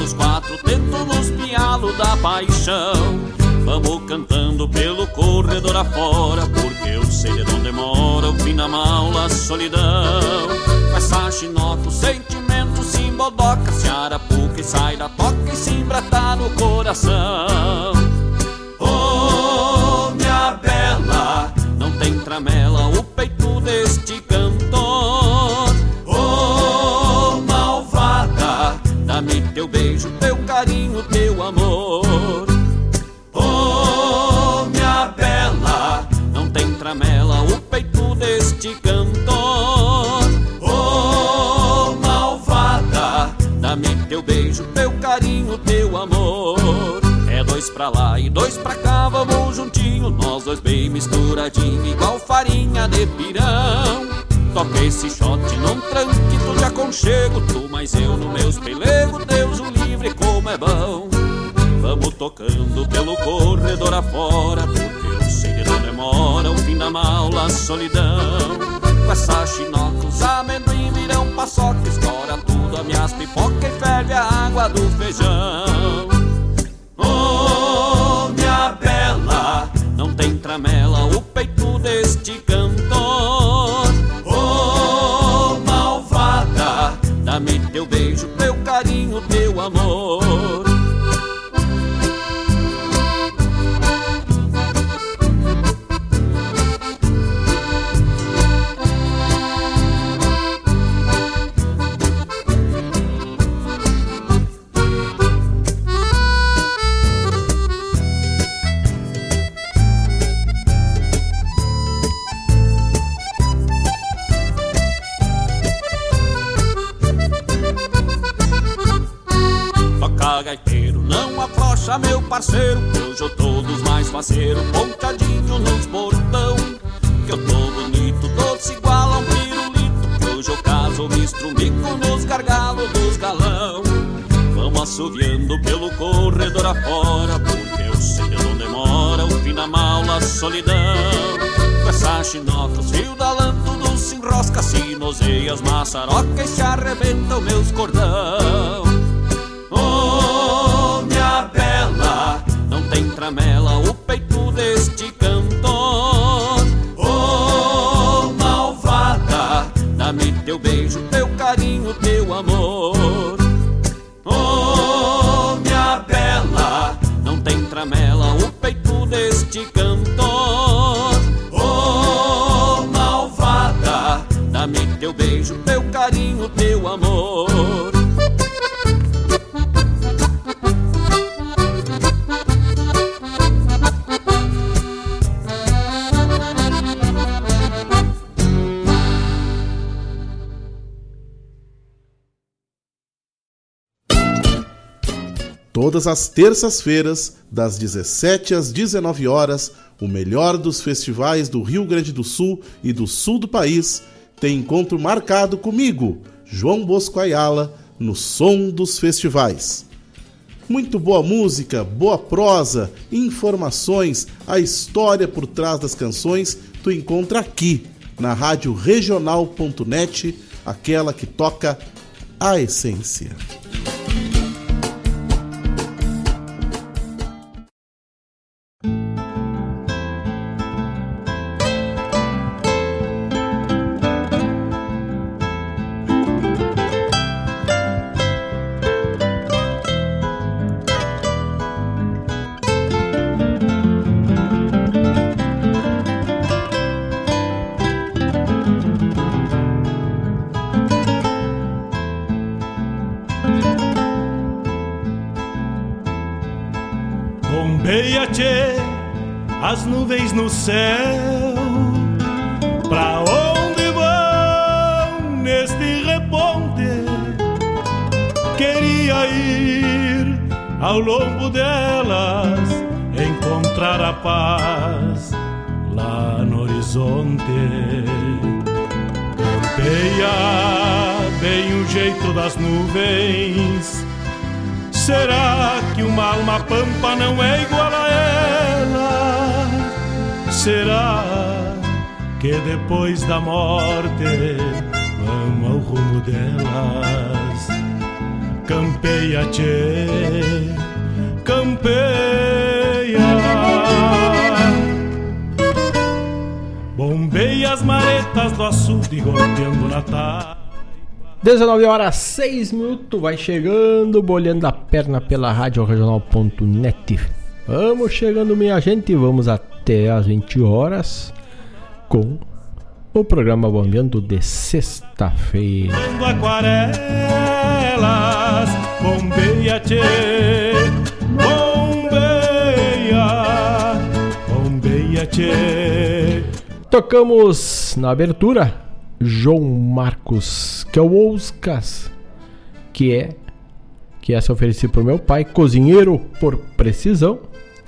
da paixão. Vamos cantando pelo corredor afora, porque eu sei de onde mora o fim da maula, a solidão. Com essa chinoca o sentimento se embodoca, se arapuca e sai da toca e se embrata no coração. Oh, minha bela, não tem tramela o peito deste cantor. Oh, malvada, dá-me teu beijo, teu carinho, teu amor. Oh, minha bela, não tem tramela o peito deste cantor. Oh, malvada, dá-me teu beijo, teu carinho, teu amor. É dois pra lá e dois pra cá, vamos juntinho, nós dois bem misturadinho, igual farinha de pirão. Toca esse shot num tranquito de aconchego, tu mais eu no meus pelego, Deus o livre como é bom. Vamos tocando pelo corredor afora, porque eu sei de onde mora o fim da maula, a solidão. Com essa chinoca os amendoim virão paçoca, estoura tudo a minhas pipoca e ferve a água do feijão. Oh, minha bela, não tem tramela o peito deste cantor. Oh, malvada, dá-me teu beijo, teu carinho, teu amor. Gaiteiro, não afrouxa meu parceiro, que hoje eu tô dos mais faceiro, pontadinho nos bordão. Que eu tô bonito, doce igual a um pirulito, que hoje eu caso, mistro bico nos gargalos dos galão. Vamos assoviando pelo corredor afora, porque eu sei de onde mora o fim da maula, a solidão. Com essa chinoca os fios da lã tudo se enrosca, se noseia as maçaroca e se arrebenta os meus cordão. Oh, minha bela, não tem tramela o peito deste cantor. Oh, malvada, dá-me teu beijo, teu carinho, teu amor. Oh, minha bela, não tem tramela o peito deste cantor. Oh, malvada, dá-me teu beijo, teu carinho, teu amor. Todas as terças-feiras, das dezessete às dezenove horas, o melhor dos festivais do Rio Grande do Sul e do sul do país tem encontro marcado comigo, João Bosco Ayala, no Som dos Festivais. Muito boa música, boa prosa, informações, a história por trás das canções, tu encontra aqui, na rádio regional ponto net, aquela que toca a essência. As nuvens no céu, pra onde vão neste reponte? Queria ir ao longo delas, encontrar a paz lá no horizonte. Campeia bem o jeito das nuvens. Será que uma alma pampa não é igual a ela? Será que depois da morte vamos ao rumo delas? Campeia, tchê, campeia. Bombeia as maretas do açude golpeando na tarde. dezenove horas seis minutos, vai chegando, bolhando a perna pela rádio regional ponto net. Vamos chegando, minha gente, vamos até as vinte horas com o programa Bombeando de sexta-feira. Aquarelas, bombeia, tchê, bombeia, bombeia, tchê. Tocamos na abertura João Marcos, que é o Oscas, que é que essa eu ofereci pro meu pai, cozinheiro por precisão.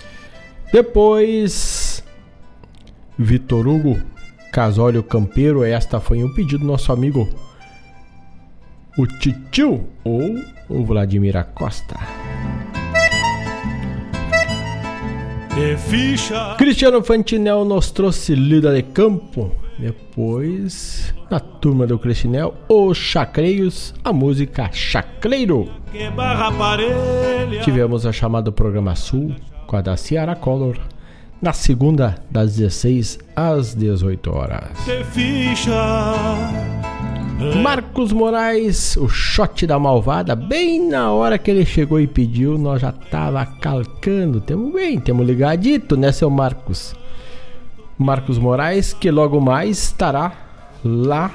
Depois Vitor Hugo Casólio Campeiro, esta foi um pedido do nosso amigo o Titio ou o Vladimir Acosta. Cristiano Fantinel nos trouxe Lida de Campo. Depois, na turma do Cristinel, os Chacreiros, a música Chacreiro. Tivemos a chamada Programa Sul com a da Ciara Collor, na segunda, das dezesseis às dezoito horas. Marcos Moraes, o shot da malvada, bem na hora que ele chegou e pediu, nós já tava calcando. Temos bem, temos ligadito, né, seu Marcos? Marcos Moraes, que logo mais estará lá,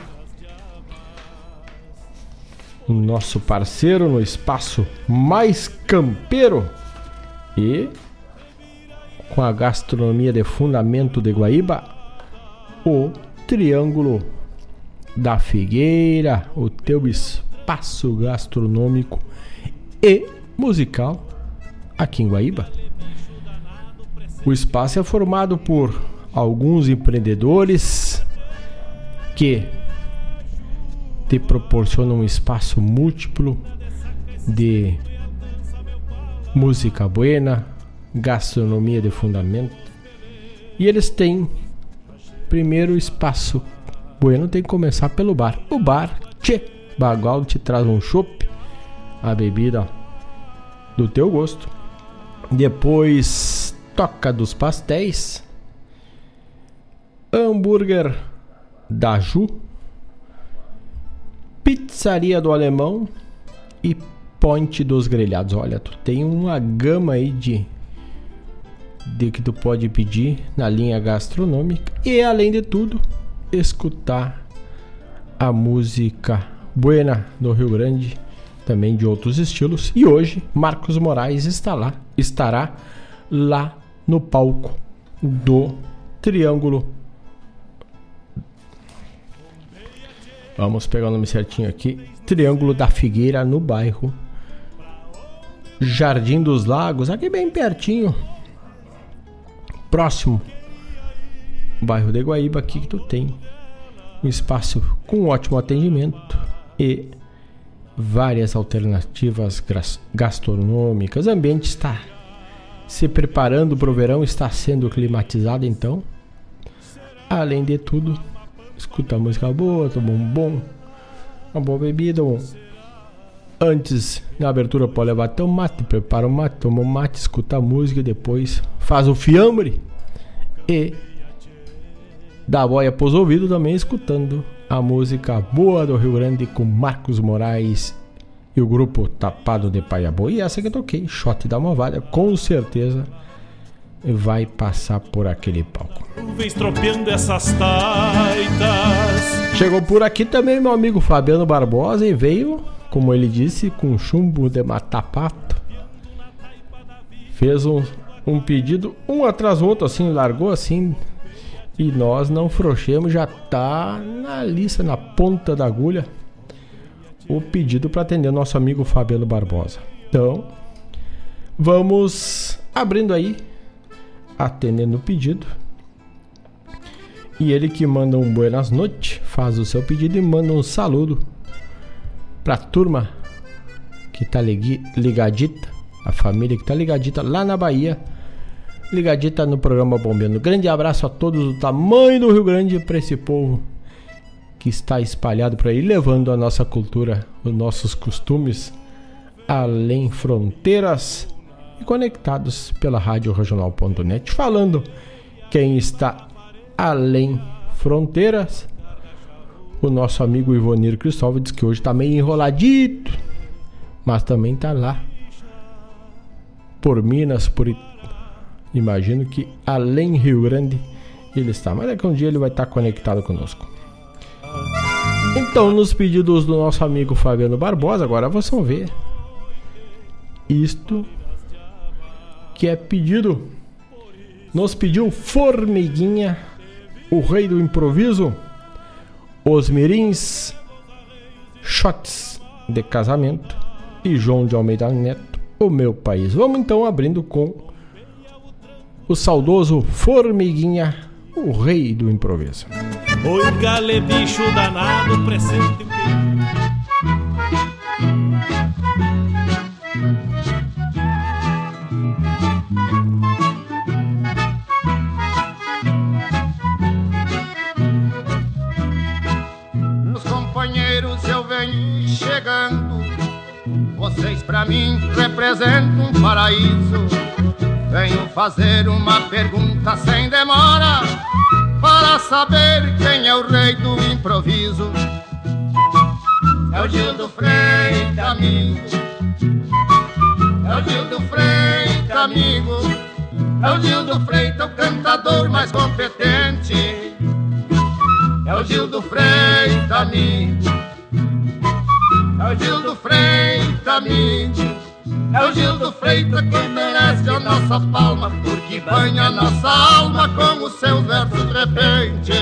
o nosso parceiro no espaço mais campeiro e com a gastronomia de fundamento de Guaíba, o Triângulo da Figueira, o teu espaço gastronômico e musical aqui em Guaíba. O espaço é formado por alguns empreendedores que te proporcionam um espaço múltiplo de música buena, gastronomia de fundamento. E eles têm primeiro espaço bueno, tem que começar pelo bar. O bar, tchê, Bagual te traz um chopp, a bebida do teu gosto. Depois Toca dos Pastéis, Hambúrguer da Ju, Pizzaria do Alemão e Ponte dos Grelhados. Olha, tu tem uma gama aí de de que tu pode pedir na linha gastronômica e, além de tudo, escutar a música buena do Rio Grande, também de outros estilos. E hoje Marcos Moraes está lá, estará lá no palco do Triângulo. Vamos pegar o nome certinho aqui. Triângulo da Figueira, no bairro Jardim dos Lagos, aqui bem pertinho, próximo bairro de Guaíba. Aqui que tu tem um espaço com ótimo atendimento e várias alternativas gastronômicas. O ambiente está se preparando para o verão, está sendo climatizado, então, além de tudo, escuta música boa, toma um bom, uma boa bebida. Um... Antes, na abertura, pode levar teu mate, prepara o mate, toma um mate, escuta a música e depois faz o fiambre e dá boia pros ouvidos também, escutando a música boa do Rio Grande com Marcos Moraes e o grupo Tapado de Paiabô. E essa que eu toquei, Shot da Malvada, com certeza vai passar por aquele palco. Essas taitas. Chegou por aqui também meu amigo Fabiano Barbosa e veio, como ele disse, com chumbo de matar pato. Fez um, um pedido, um atrás do outro, assim, largou assim, e nós não frouxemos, já tá na lista, na ponta da agulha, o pedido para atender o nosso amigo Fabiano Barbosa. Então, vamos abrindo aí, atendendo o pedido. E ele que manda um buenas noites, faz o seu pedido e manda um saludo pra turma que tá ligadita, a família que tá ligadita lá na Bahia, ligadita no programa Bombeando. Grande abraço a todos do tamanho do Rio Grande, para esse povo que está espalhado por aí, levando a nossa cultura, os nossos costumes além fronteiras e conectados pela rádio regional ponto net. Falando quem está além fronteiras, o nosso amigo Ivonir Cristóvão diz que hoje está meio enroladito, mas também está lá por Minas, por imagino que além Rio Grande ele está, mas daqui a um dia ele vai estar conectado conosco. Então, nos pedidos do nosso amigo Fabiano Barbosa, agora vocês vão ver isto que é pedido. Nos pediu Formiguinha, o rei do improviso, Os Mirins, Shots de Casamento e João de Almeida Neto, O Meu País. Vamos então abrindo com o saudoso Formiguinha, o rei do improviso. Oi, gale, bicho danado, presente Meus companheiros, eu venho chegando, vocês pra mim representam um paraíso. Venho fazer uma pergunta sem demora, para saber quem é o rei do improviso. É o Gildo Freitas, amigo. É o Gildo Freitas, amigo. É o Gildo Freitas, o cantador mais competente. É o Gildo Freitas, amigo. É o Gildo Freitas, amigo. É o Gildo Freitas que merece a nossa palma, porque banha a nossa alma com os seus versos de repente.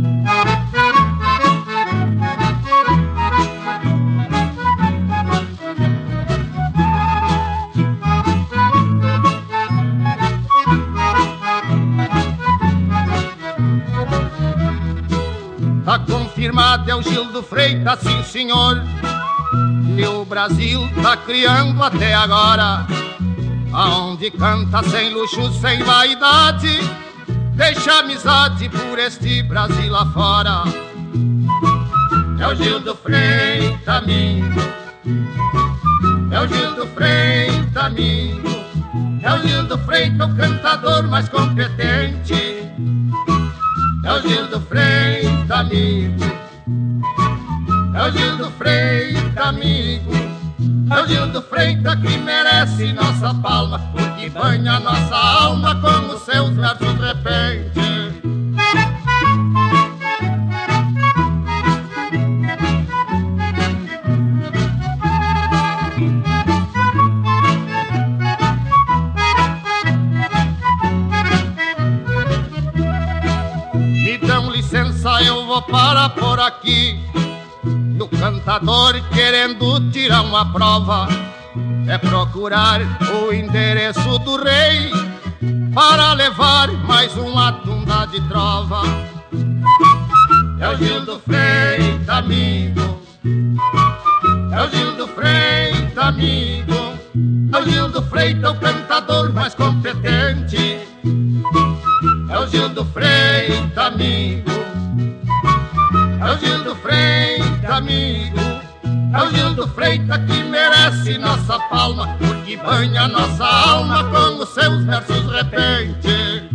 Tá confirmado, é o Gildo Freitas, sim senhor. E o Brasil tá criando até agora, aonde canta sem luxo, sem vaidade, deixa amizade por este Brasil afora. É o Gildo Freitas, amigo. É o Gildo Freitas, amigo. É o Gildo Freitas, o cantador mais competente. É o Gildo Freitas, amigo. É o Gildo Freitas, amigo. É o Gildo Freitas que merece nossa palma, porque banha nossa alma com os seus versos de repente. Me dão licença, eu vou parar por aqui. Do cantador querendo tirar uma prova, é procurar o endereço do rei para levar mais uma tunda de trova. É o Gildo Freitas, amigo. É o Gildo Freitas, amigo. É o Gildo Freitas, o cantador mais competente. É o Gildo Freitas, amigo. É o Gildo Freitas, amigo. É o Gildo Freitas que merece nossa palma, porque banha nossa alma com os seus versos de repente.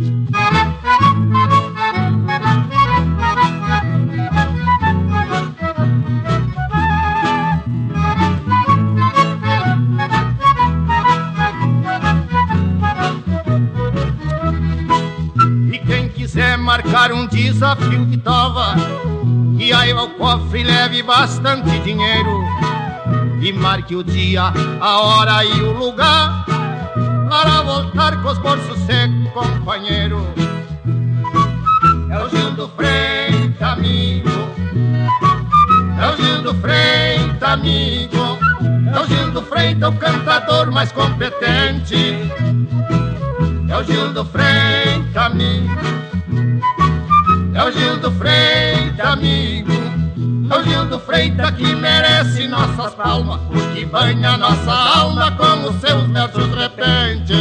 E quem quiser marcar um desafio de tova, que aí ao cofre leve bastante dinheiro, e marque o dia, a hora e o lugar, para voltar com os bolsos secos, companheiro. É o Gildo Freitas, amigo. É o Gildo Freitas, amigo. É o Gildo Freitas, o cantador mais competente. É o Gildo Freitas, amigo. É o Gildo Freitas, amigo. É o Gildo Freitas que merece nossas palmas, porque banha nossa alma com os seus versos de repente.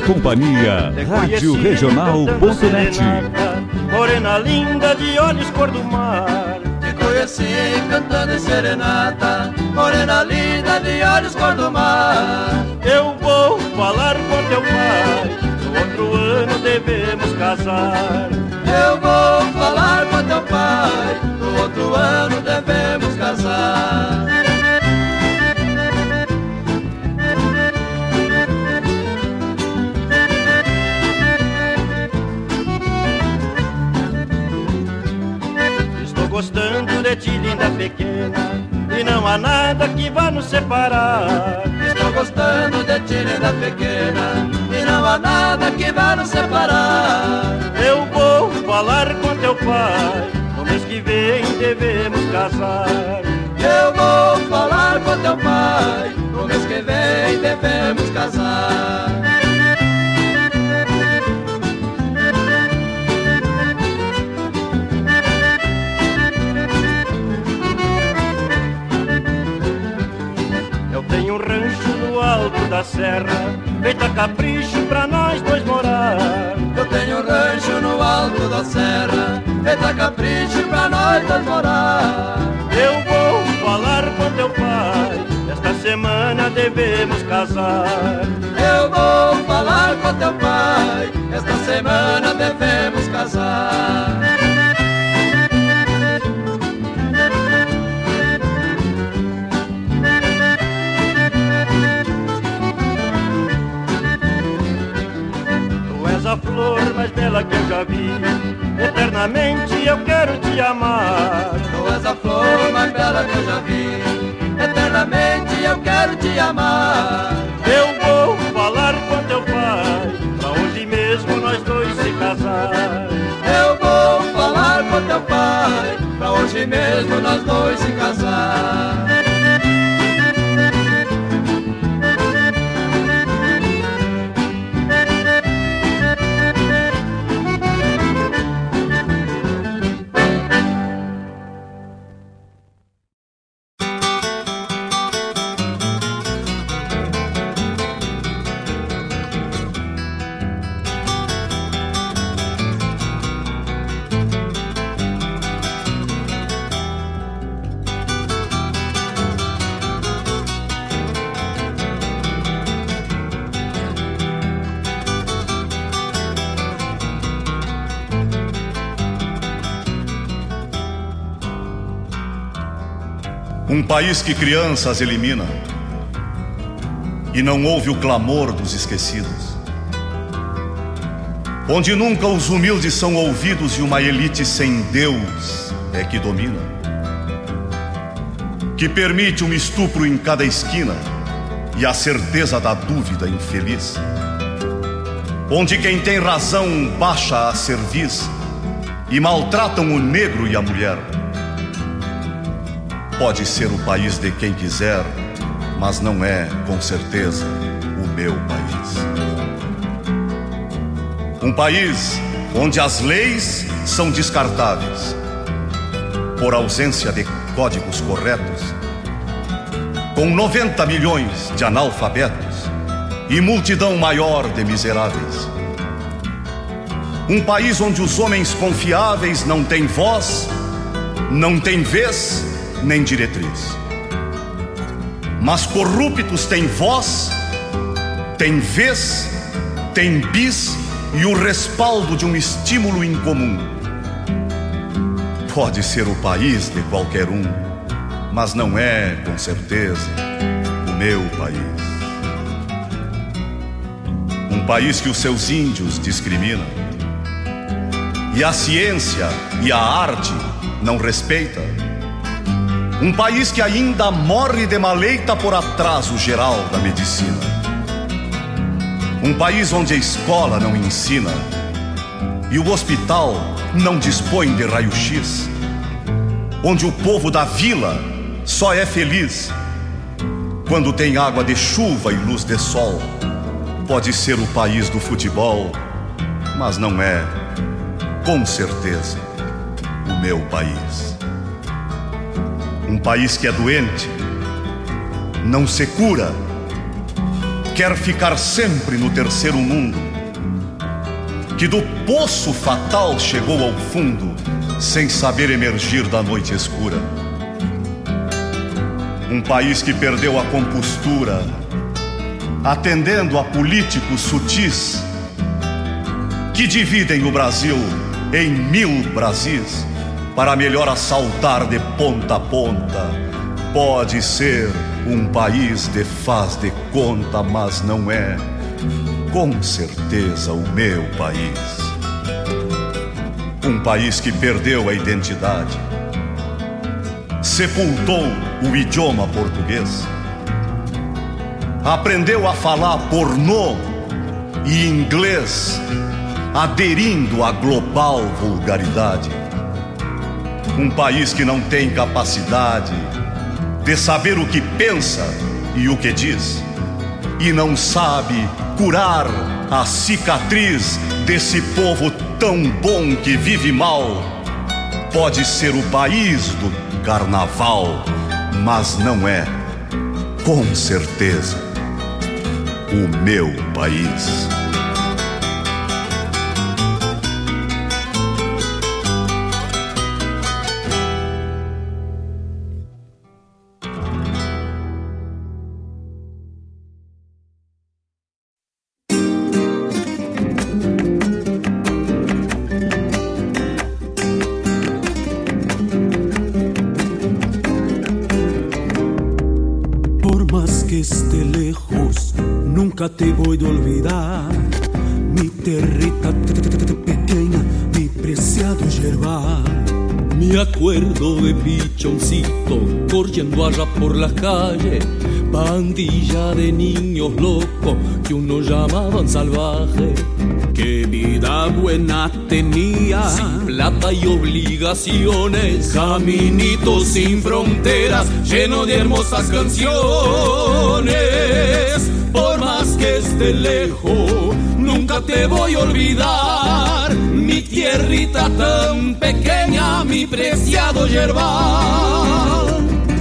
companhia, rádio regional ponto net. Morena linda de olhos cor do mar. Te conheci cantando serenata, morena linda de olhos cor do mar. Eu vou falar com teu pai, no outro ano devemos casar. Eu vou falar com teu pai, no outro ano devemos casar. Estou gostando de ti, linda pequena, e não há nada que vá nos separar. Estou gostando de ti, linda pequena, e não há nada que vá nos separar. Eu vou falar com teu pai, no mês que vem devemos casar. Eu vou falar com teu pai, no mês que vem devemos casar. Tenho um rancho no alto da serra, feita capricho pra nós dois morar. Eu tenho um rancho no alto da serra, feita capricho pra nós dois morar. Eu vou falar com teu pai, esta semana devemos casar. Eu vou falar com teu pai, esta semana devemos casar. A flor mais bela que eu já vi, eternamente eu quero te amar. Tu és a flor mais bela que eu já vi, eternamente eu quero te amar. Eu vou falar com teu pai, pra hoje mesmo nós dois se casar. Eu vou falar com teu pai, pra hoje mesmo nós dois se casar. Um país que crianças elimina e não ouve o clamor dos esquecidos, onde nunca os humildes são ouvidos e uma elite sem Deus é que domina, que permite um estupro em cada esquina e a certeza da dúvida infeliz, onde quem tem razão baixa a cerviz e maltratam o negro e a mulher. Pode ser o país de quem quiser, mas não é, com certeza, o meu país. Um país onde as leis são descartáveis, por ausência de códigos corretos, com noventa milhões de analfabetos e multidão maior de miseráveis. Um país onde os homens confiáveis não têm voz, não têm vez, nem diretriz. Mas corruptos têm voz, têm vez, têm bis e o respaldo de um estímulo incomum. Pode ser o país de qualquer um, mas não é, com certeza, o meu país. Um país que os seus índios discrimina e a ciência e a arte não respeita. Um país que ainda morre de maleita por atraso geral da medicina. Um país onde a escola não ensina e o hospital não dispõe de raio-x. Onde o povo da vila só é feliz quando tem água de chuva e luz de sol. Pode ser o país do futebol, mas não é, com certeza, o meu país. Um país que é doente, não se cura quer ficar sempre no terceiro mundo, que do poço fatal chegou ao fundo, sem saber emergir da noite escura. Um país que perdeu a compostura, atendendo a políticos sutis, que dividem o Brasil em mil Brasis, para melhor assaltar de ponta a ponta. Pode ser um país de faz de conta, mas não é, com certeza, o meu país. Um país que perdeu a identidade, sepultou o idioma português, aprendeu a falar pornô e inglês, aderindo à global vulgaridade. Um país que não tem capacidade de saber o que pensa e o que diz, e não sabe curar a cicatriz desse povo tão bom que vive mal. Pode ser o país do carnaval, mas não é, com certeza, o meu país. Te voy a olvidar, mi territa pequeña, mi preciado yerbal. Me acuerdo de pichoncito corriendo allá por la calle, pandilla de niños locos que uno llamaban salvaje. Qué vida buena tenía, sin plata y obligaciones, caminito sin fronteras, lleno de hermosas canciones. Por más que esté lejos, nunca te voy a olvidar, mi tierrita tan pequeña, mi preciado yerbal.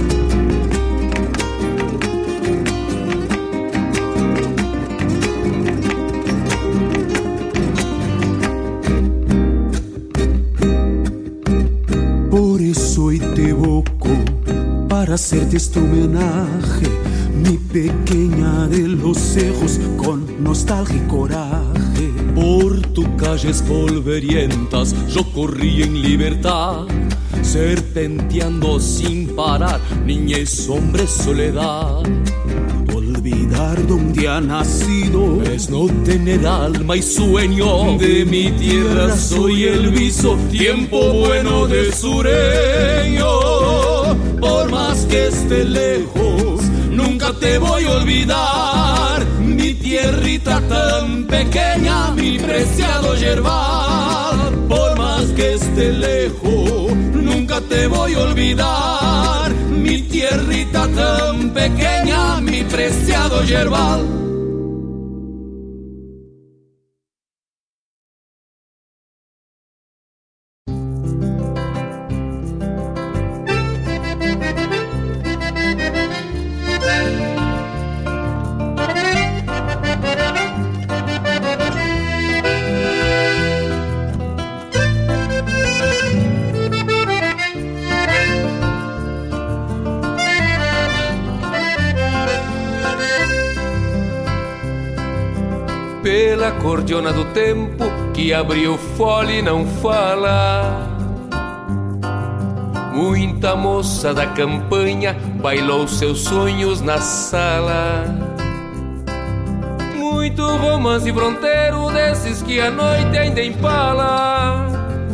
Por eso hoy te evoco para hacerte este homenaje, mi pequeña de los cejos con nostalgia y coraje. Por tus calles polvorientas yo corrí en libertad, serpenteando sin parar, niñez, hombre, soledad. Olvidar donde ha nacido es no tener alma y sueño. De mi tierra soy el viso, tiempo bueno de sureño. Por más que esté lejos, nunca te voy a olvidar, mi tierrita tan pequeña, mi preciado yerbal. Por más que esté lejos, nunca te voy a olvidar, mi tierrita tan pequeña, mi preciado yerbal. Pela cordiona do tempo que abriu folha e não fala, muita moça da campanha bailou seus sonhos na sala. Muito romance fronteiro desses que a noite ainda empala.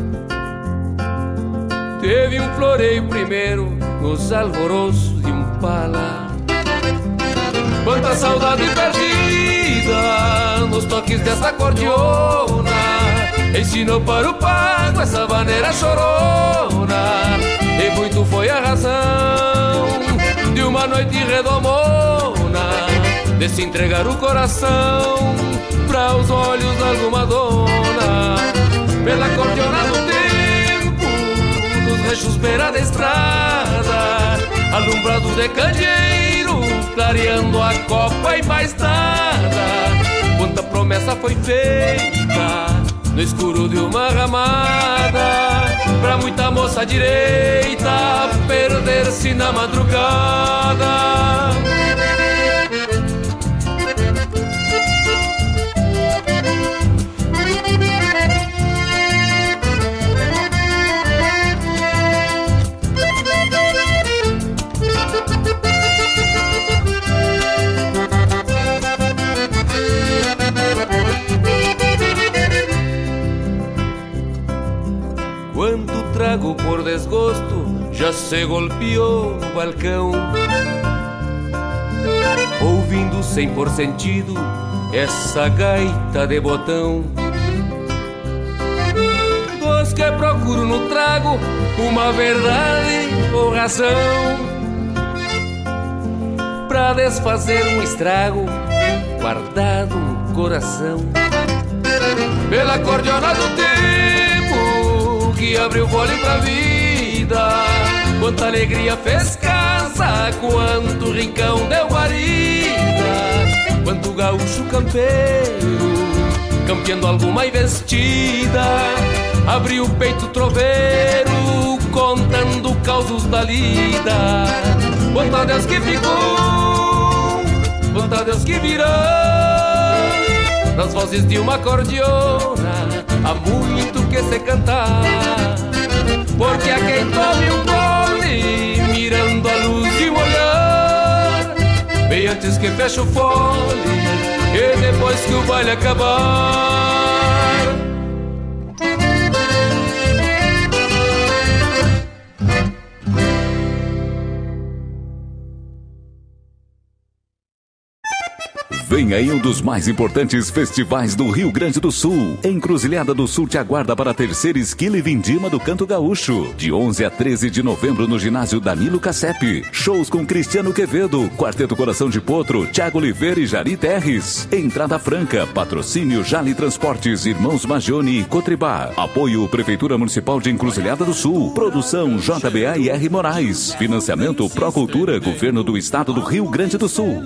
Teve um floreio primeiro nos alvoroços de um pala. Quanta saudade perdida nos toques dessa cordiona, ensinou para o pago essa maneira chorona. E muito foi a razão de uma noite redomona, de se entregar o coração para os olhos de alguma dona. Pela cordiona do tempo, nos rechos beira da estrada, alumbrado de candeeiro, clareando a copa e mais nada. Quanta promessa foi feita no escuro de uma ramada, pra muita moça direita perder-se na madrugada. Quanto trago por desgosto já se golpeou no balcão, ouvindo sem por sentido essa gaita de botão. Dos que procuro no trago uma verdade ou razão, pra desfazer um estrago guardado no coração. Pela cordiona do tempo que abriu fole pra vida, quanta alegria fez casa, quanto rincão deu guarida, quanto gaúcho campeiro campeando alguma investida, abriu o peito troveiro contando causos da lida. Quanto a Deus que ficou, quanto a Deus que virou, nas vozes de uma cordiona há muito que se cantar, porque há quem tome um gole mirando a luz de um olhar, bem antes que feche o fole e depois que o baile acabar. Vem aí um dos mais importantes festivais do Rio Grande do Sul. Encruzilhada do Sul te aguarda para a terceira esquila e vindima do Canto Gaúcho. De onze a treze de novembro no ginásio Danilo Cassep. Shows com Cristiano Quevedo, Quarteto Coração de Potro, Thiago Oliveira e Jari Terres. Entrada franca, patrocínio Jali Transportes, Irmãos Magione e Cotribá. Apoio Prefeitura Municipal de Encruzilhada do Sul. Produção J B A e R Moraes. Financiamento Procultura, Governo do Estado do Rio Grande do Sul.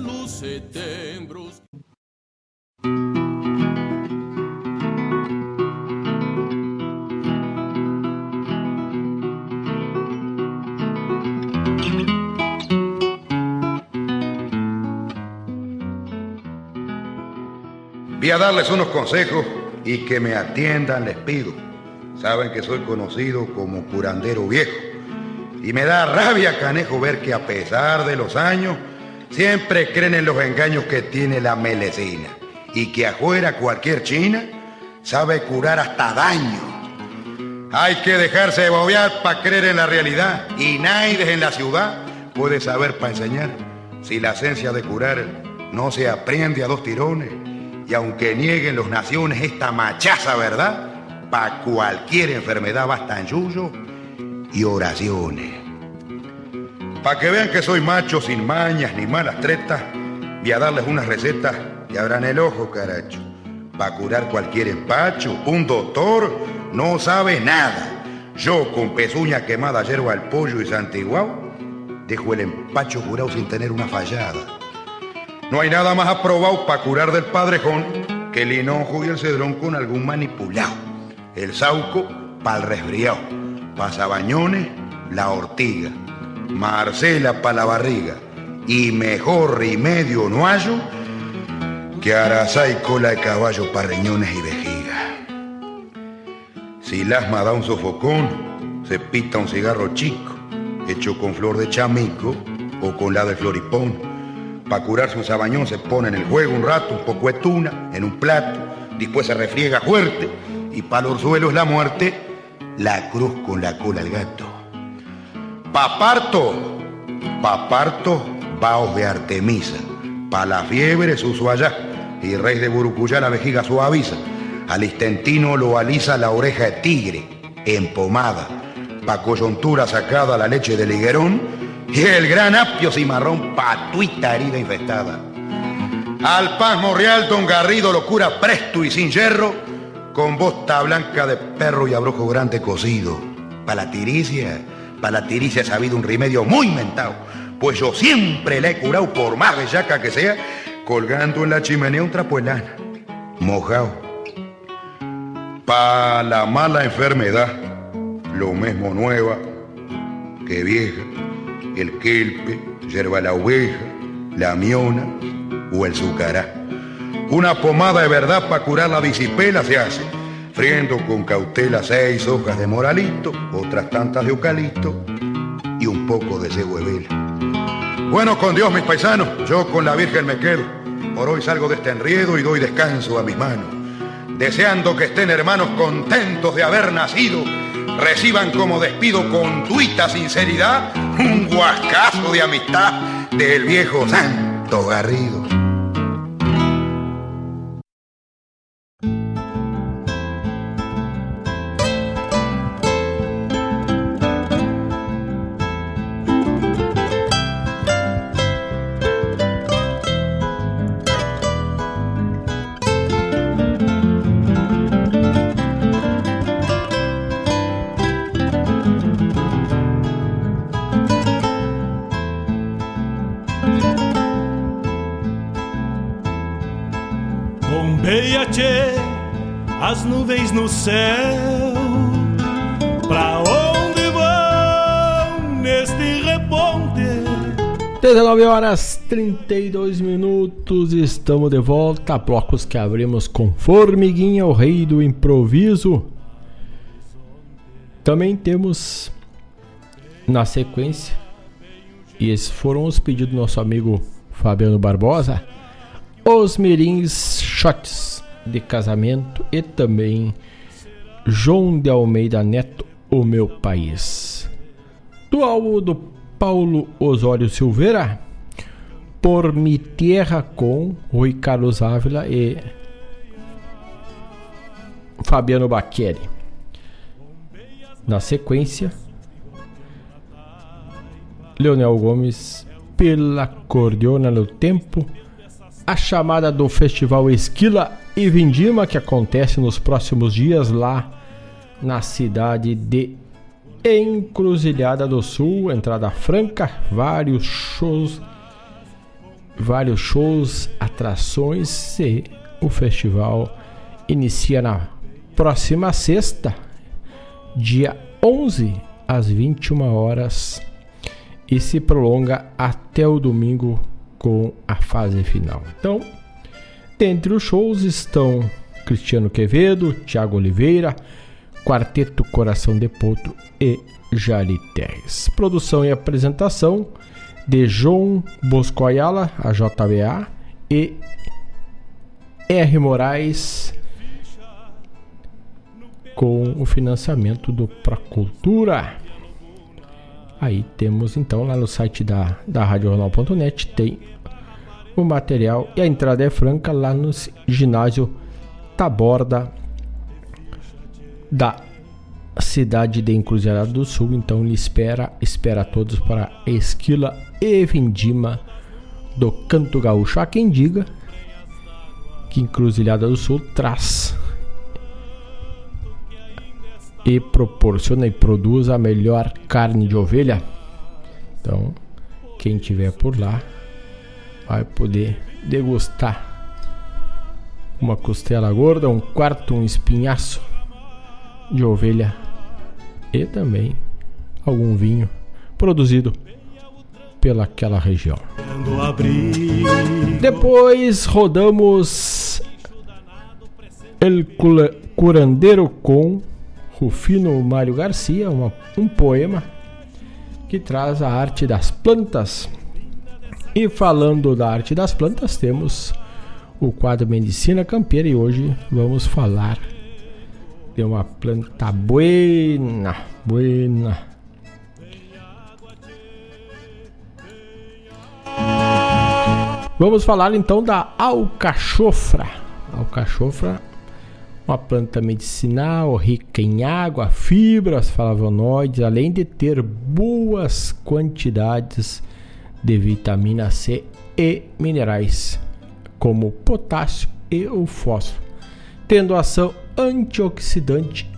Voy a darles unos consejos y que me atiendan, les pido. Saben que soy conocido como curandero viejo y me da rabia, canejo, ver que a pesar de los años siempre creen en los engaños que tiene la melecina y que afuera cualquier china sabe curar hasta daño. Hay que dejarse de bobear para creer en la realidad y nadie en la ciudad puede saber para enseñar si la esencia de curar no se aprende a dos tirones. Y aunque nieguen los naciones esta machaza verdad, pa' cualquier enfermedad bastan yuyos y oraciones. Pa' que vean que soy macho sin mañas ni malas tretas, voy a darles unas recetas y abran el ojo, caracho. Pa' curar cualquier empacho, un doctor no sabe nada. Yo con pezuña quemada, yerba al pollo y santiguao, dejo el empacho curado sin tener una fallada. No hay nada más aprobado para curar del padrejón que el hinojo y el cedrón con algún manipulado. El sauco para el resfriado, para sabañones la ortiga, Marcela para la barriga y mejor remedio no hallo que arazá y cola de caballo para riñones y vejiga. Si el asma da un sofocón, se pita un cigarro chico hecho con flor de chamico o con la del floripón. Para curarse un sabañón se pone en el juego un rato, un poco de tuna en un plato, después se refriega fuerte y para los orzuelos la muerte, la cruz con la cola al gato. Pa' parto, pa' parto, vaos de Artemisa, pa' la fiebre su suayá y rey de Burucuyá la vejiga suaviza, al istentino lo alisa la oreja de tigre, empomada, pa' coyuntura sacada la leche del higuerón, y el gran apio cimarrón pa' tuita herida infestada. Al pasmo real don Garrido lo cura presto y sin hierro, con bosta blanca de perro y abrojo grande cocido. Pa' la tiricia, pa' la tiricia ha sabido un remedio muy inventado, Pues yo siempre la he curado, por más bellaca que sea, colgando en la chimenea un trapo de lana, mojado. Pa' la mala enfermedad, lo mismo nueva que vieja, el quilpe, yerba la oveja, la miona o el sucará. Una pomada de verdad para curar la disipela se hace, friendo con cautela seis hojas de moralito, otras tantas de eucalipto y un poco de cebo de vela. Bueno, con Dios, mis paisanos, yo con la Virgen me quedo. Por hoy salgo de este enriedo y doy descanso a mis manos, deseando que estén hermanos contentos de haber nacido, reciban como despido con tuita sinceridad un guascazo de amistad del viejo Santo Garrido. As nuvens no céu, pra onde vão neste reponte? dezenove horas e trinta e dois minutos, estamos de volta. Blocos que abrimos com Formiguinha, o rei do improviso. Também temos na sequência, e esses foram os pedidos do nosso amigo Fabiano Barbosa, os mirins shots de casamento, e também João de Almeida Neto, O Meu País. Do álbum do Paulo Osório Silveira, Por Mi Tierra, com Rui Carlos Ávila e Fabiano Bacchieri. Na sequência, Leonel Gomes, Pela Cordiona no Tempo, a chamada do Festival Esquila e Vindima, que acontece nos próximos dias lá na cidade de Encruzilhada do Sul, entrada franca, vários shows, vários shows, atrações, e o festival inicia na próxima sexta, dia onze, às vinte e uma horas, e se prolonga até o domingo com a fase final. Então, dentre os shows estão Cristiano Quevedo, Thiago Oliveira, Quarteto Coração de Potro e Jari Terres. Produção e apresentação de João Bosco Ayala, a J B A, e R. Moraes, com o financiamento do Procultura. Aí temos então lá no site da, da rádio jornal ponto net, tem o material, e a entrada é franca lá no ginásio Taborda da cidade de Encruzilhada do Sul. Então ele espera, espera a todos para a Esquila e Vindima do Canto Gaúcho. Há quem diga que Encruzilhada do Sul traz e proporciona e produz a melhor carne de ovelha. Então, quem tiver por lá vai poder degustar uma costela gorda, um quarto, um espinhaço de ovelha e também algum vinho produzido pelaquela região. Depois rodamos El Curandeiro com Rufino Mário Garcia, uma, um poema que traz a arte das plantas. E falando da arte das plantas, temos o quadro Medicina Campeira, e hoje vamos falar de uma planta buena, buena. Vamos falar então da alcachofra. Alcachofra, uma planta medicinal rica em água, fibras, flavonoides, além de ter boas quantidades de vitamina C e minerais como potássio e o fósforo, tendo ação antioxidante,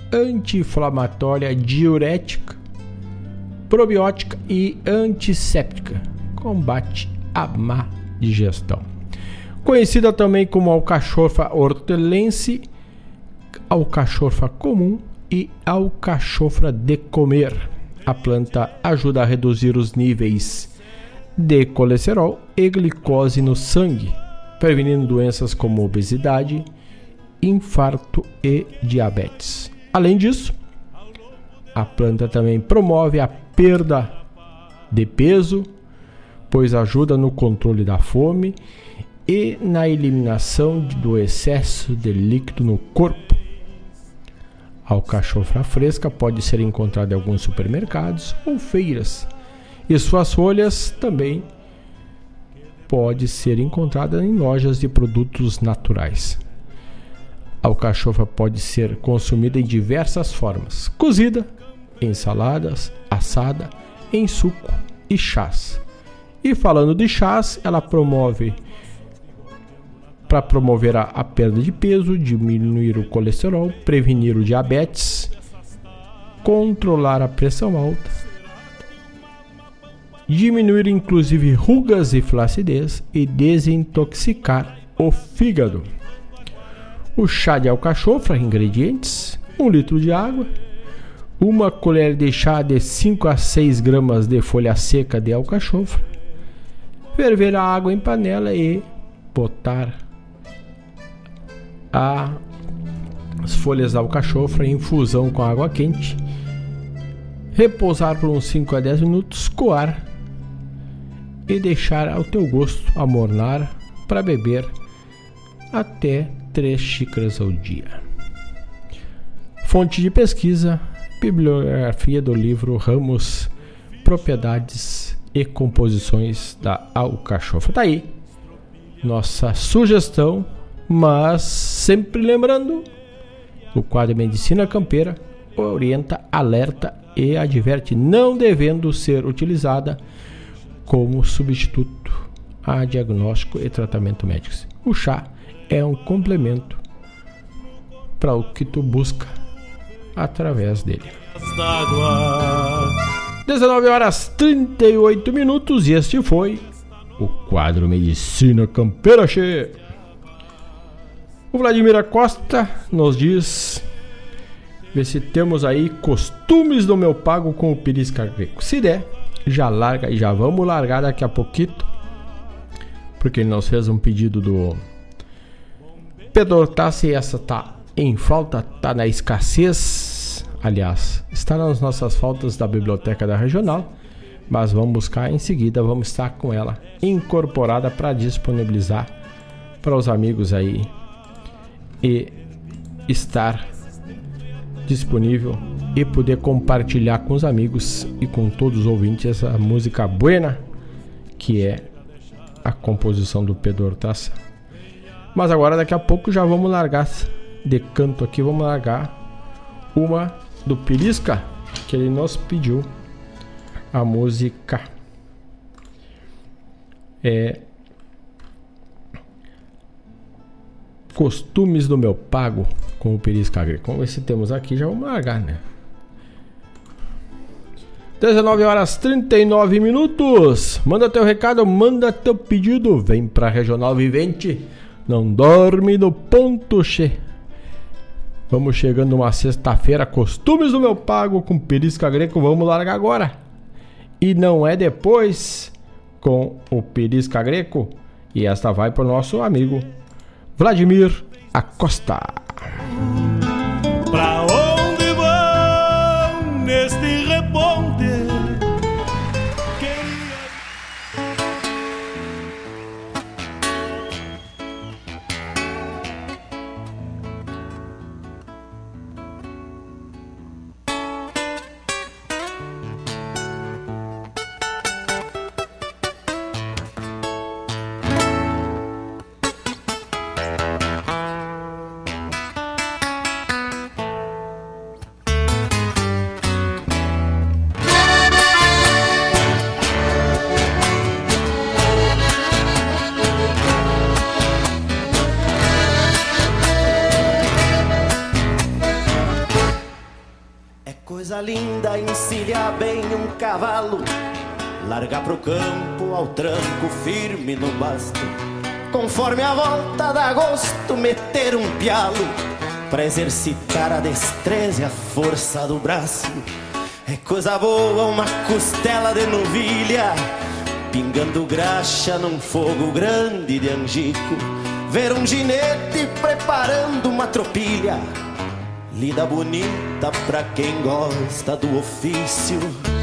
anti-inflamatória, diurética, probiótica e antisséptica, combate a má digestão. Conhecida também como alcachofra hortelense, alcachofra comum e alcachofra de comer. A planta ajuda a reduzir os níveis de colesterol e glicose no sangue, prevenindo doenças como obesidade, infarto e diabetes. Além disso, a planta também promove a perda de peso, pois ajuda no controle da fome e na eliminação do excesso de líquido no corpo. A alcachofra fresca pode ser encontrada em alguns supermercados ou feiras, e suas folhas também pode ser encontrada em lojas de produtos naturais. A alcachofra pode ser consumida em diversas formas: cozida, em saladas, assada, em suco e chás. E falando de chás, ela promove para promover a, a perda de peso, diminuir o colesterol, prevenir o diabetes, controlar a pressão alta, diminuir inclusive rugas e flacidez e desintoxicar o fígado. O chá de alcachofra, ingredientes: um litro de água, uma colher de chá de cinco a seis gramas de folha seca de alcachofra, ferver a água em panela e botar a, as folhas da alcachofra em infusão com água quente, repousar por uns cinco a dez minutos, coar e deixar ao teu gosto amornar para beber até três xícaras ao dia. Fonte de pesquisa: bibliografia do livro Ramos, Propriedades e Composições da Alcachofra. Tá aí nossa sugestão, mas sempre lembrando, o quadro Medicina Campeira orienta, alerta e adverte, não devendo ser utilizada como substituto a diagnóstico e tratamento médicos. O chá é um complemento para o que tu busca através dele. dezenove horas e trinta e oito minutos e este foi o quadro Medicina Campeira Che. O Vladimir Acosta nos diz: vê se temos aí costumes do meu pago com o Pirisca Greco. Se der, já larga, e já vamos largar daqui a pouquinho, porque ele nos fez um pedido do Pedro Hortaça e essa tá em falta, tá na escassez. Aliás, está nas nossas faltas da biblioteca da regional, mas vamos buscar em seguida, vamos estar com ela incorporada para disponibilizar para os amigos aí e estar disponível e poder compartilhar com os amigos e com todos os ouvintes essa música buena que é a composição do Pedro Hortaça. Mas agora daqui a pouco já vamos largar de canto aqui, vamos largar uma do Pirisca, que ele nos pediu a música é Costumes do Meu Pago com o Pirisca Greco. Vamos ver se temos aqui, já vamos largar, né? dezenove horas e trinta e nove minutos. Manda teu recado, manda teu pedido, vem pra Regional Vivente, não dorme no ponto che. Vamos chegando uma sexta-feira, Costumes do Meu Pago com Pirisca Greco, vamos largar agora. E não é depois com o Pirisca Greco. E esta vai pro nosso amigo Vladimir Acosta. Pra onde vão neste reponte? Coisa linda, encilha bem um cavalo largar pro campo ao tranco firme no basto. Conforme a volta dá gosto meter um pialo pra exercitar a destreza e a força do braço. É coisa boa uma costela de novilha pingando graxa num fogo grande de angico. Ver um ginete preparando uma tropilha, lida bonita pra quem gosta do ofício.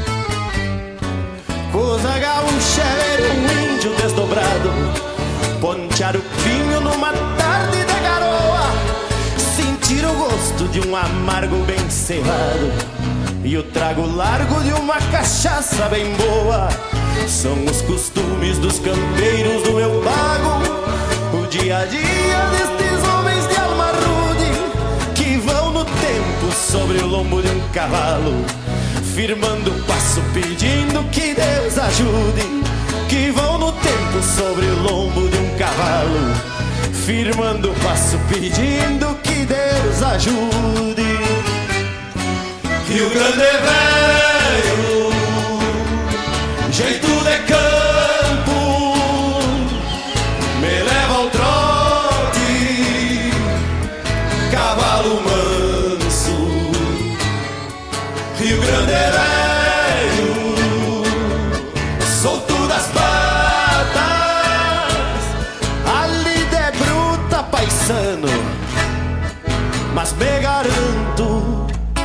Coisa gaúcha é ver um índio desdobrado pontear o pinho numa tarde de garoa, sentir o gosto de um amargo bem cevado e o trago largo de uma cachaça bem boa. São os costumes dos campeiros do meu pago, o dia a dia destes homens de alma rude que vão no tempo sobre o lombo de um cavalo, firmando o passo pedindo que Deus ajude. Que vão no tempo sobre o lombo de um cavalo, firmando o passo pedindo que Deus ajude. Rio Grande é velho, jeito de campo, me leva ao trote, cavalo manso. Rio Grande é velho, solto das patas, a lida é bruta, paisano, mas me garanto.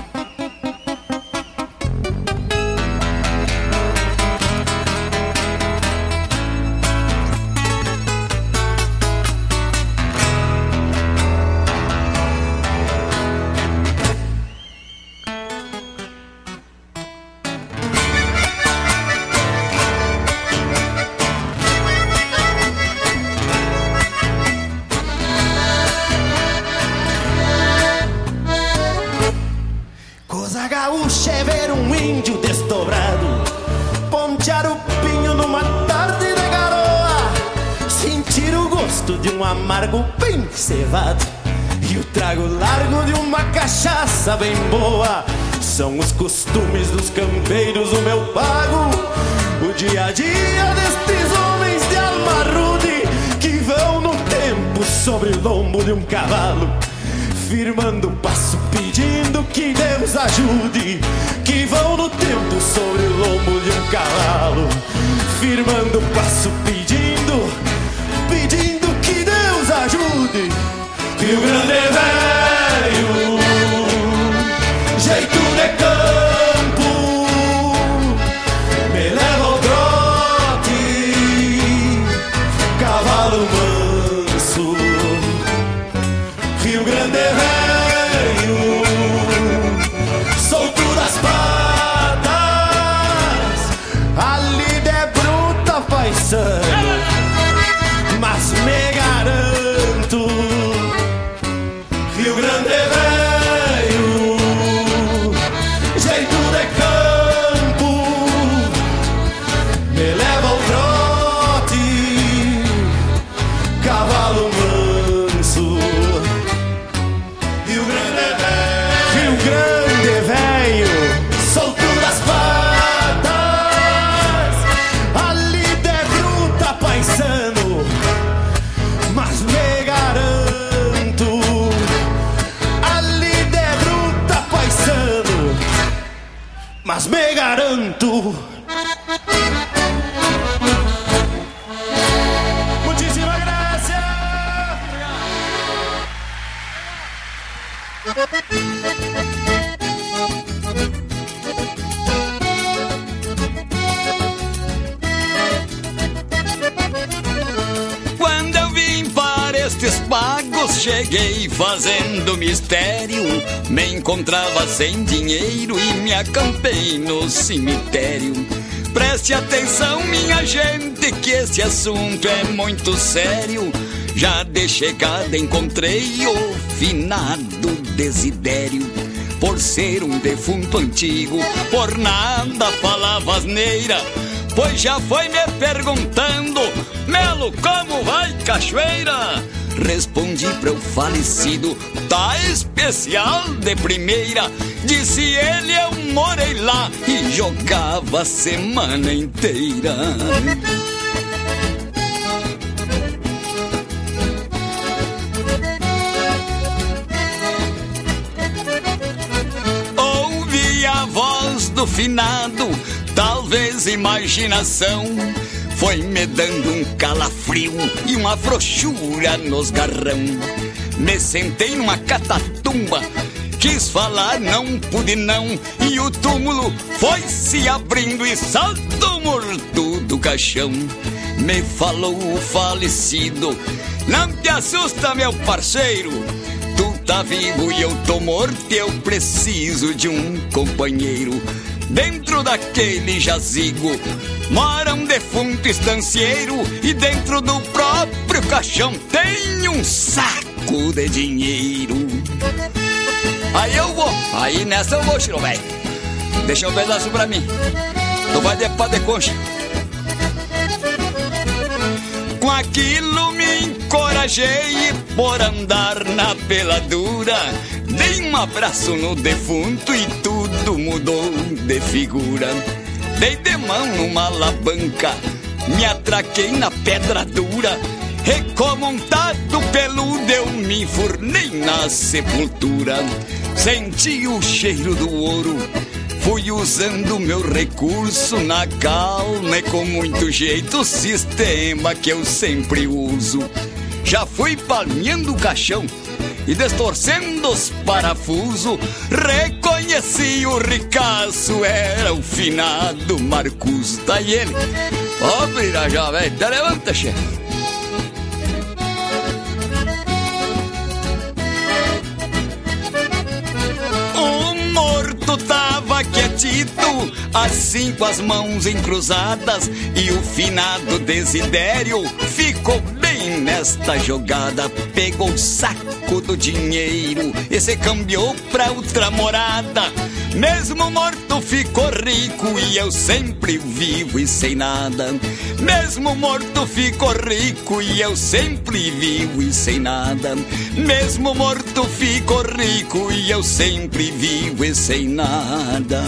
É ver um índio desdobrado pontear o pinho numa tarde de garoa, sentir o gosto de um amargo bem cevado e o trago largo de uma cachaça bem boa. São os costumes dos campeiros do meu pago, o dia a dia destes homens de alma rude que vão no tempo sobre o lombo de um cavalo, firmando o passo pedindo que Deus ajude. Que vão no tempo sobre o lombo de um cavalo, firmando o passo pedindo, pedindo que Deus ajude. Rio Grande é velho, jeito de campo, me leva ao trote, cavalo manso. Rio Grande é velho, solto das patas, a lida é bruta, paisano, mas me garanto. Rio Grande é velho, jeito de campo, me leva ao trote, cavalo manso. Rio Grande é velho, Rio Grande é velho, solto das patas, a lida é bruta, paisano, mas me garanto. A lida é bruta, paisano, mas me garanto. Muitíssima graça. Quando eu vim para estes pagos, cheguei fazendo mistério. Me encontrava sem dinheiro e me acampei no cemitério. Preste atenção, minha gente, que esse assunto é muito sério. Já de chegada encontrei o finado Desidério. Por ser um defunto antigo, por nada falava asneira, pois já foi me perguntando: Melo, como vai, cachoeira? respondi para o falecido: tá especial de primeira. Disse ele, eu morei lá e jogava a semana inteira. Ouvi a voz do finado, talvez imaginação, foi me dando um calafrio e uma frouxura nos garrão. Me sentei numa catatumba, quis falar, não pude não, e o túmulo foi se abrindo e saltou morto do caixão. Me falou o falecido: não te assusta, meu parceiro, tu tá vivo e eu tô morto, eu preciso de um companheiro. Dentro daquele jazigo mora um defunto estancieiro, e dentro do próprio caixão tem um saco de dinheiro. Aí eu vou, aí nessa eu vou, Chiro velho. Deixa um pedaço pra mim, tu vai de pá de concha. Com aquilo me encorajei por andar na peladura, dei um abraço no defunto e tudo mudou de figura. Dei de mão numa alavanca, me atraquei na pedra dura, recomontado peludo eu me enfurnei na sepultura. Senti o cheiro do ouro, fui usando meu recurso na calma e com muito jeito, o sistema que eu sempre uso. Já fui palmeando o caixão e distorcendo os parafusos, reconheci o ricaço, era o finado Marcuso. Tá aí ele, ó, oh, já velho, te levanta, chefe. Tava quietito, assim com as mãos encruzadas, e o finado Desidério ficou bem nesta jogada. Pegou o saco do dinheiro e se cambiou pra outra morada. Mesmo morto ficou rico e eu sempre vivo e sem nada. Mesmo morto ficou rico e eu sempre vivo e sem nada. Mesmo morto ficou rico e eu sempre vivo e sem nada.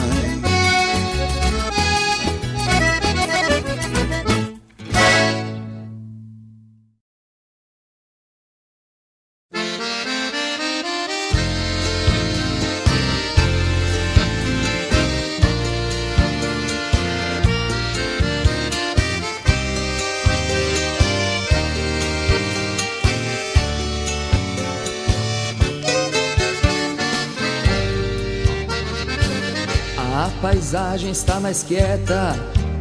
A paisagem está mais quieta,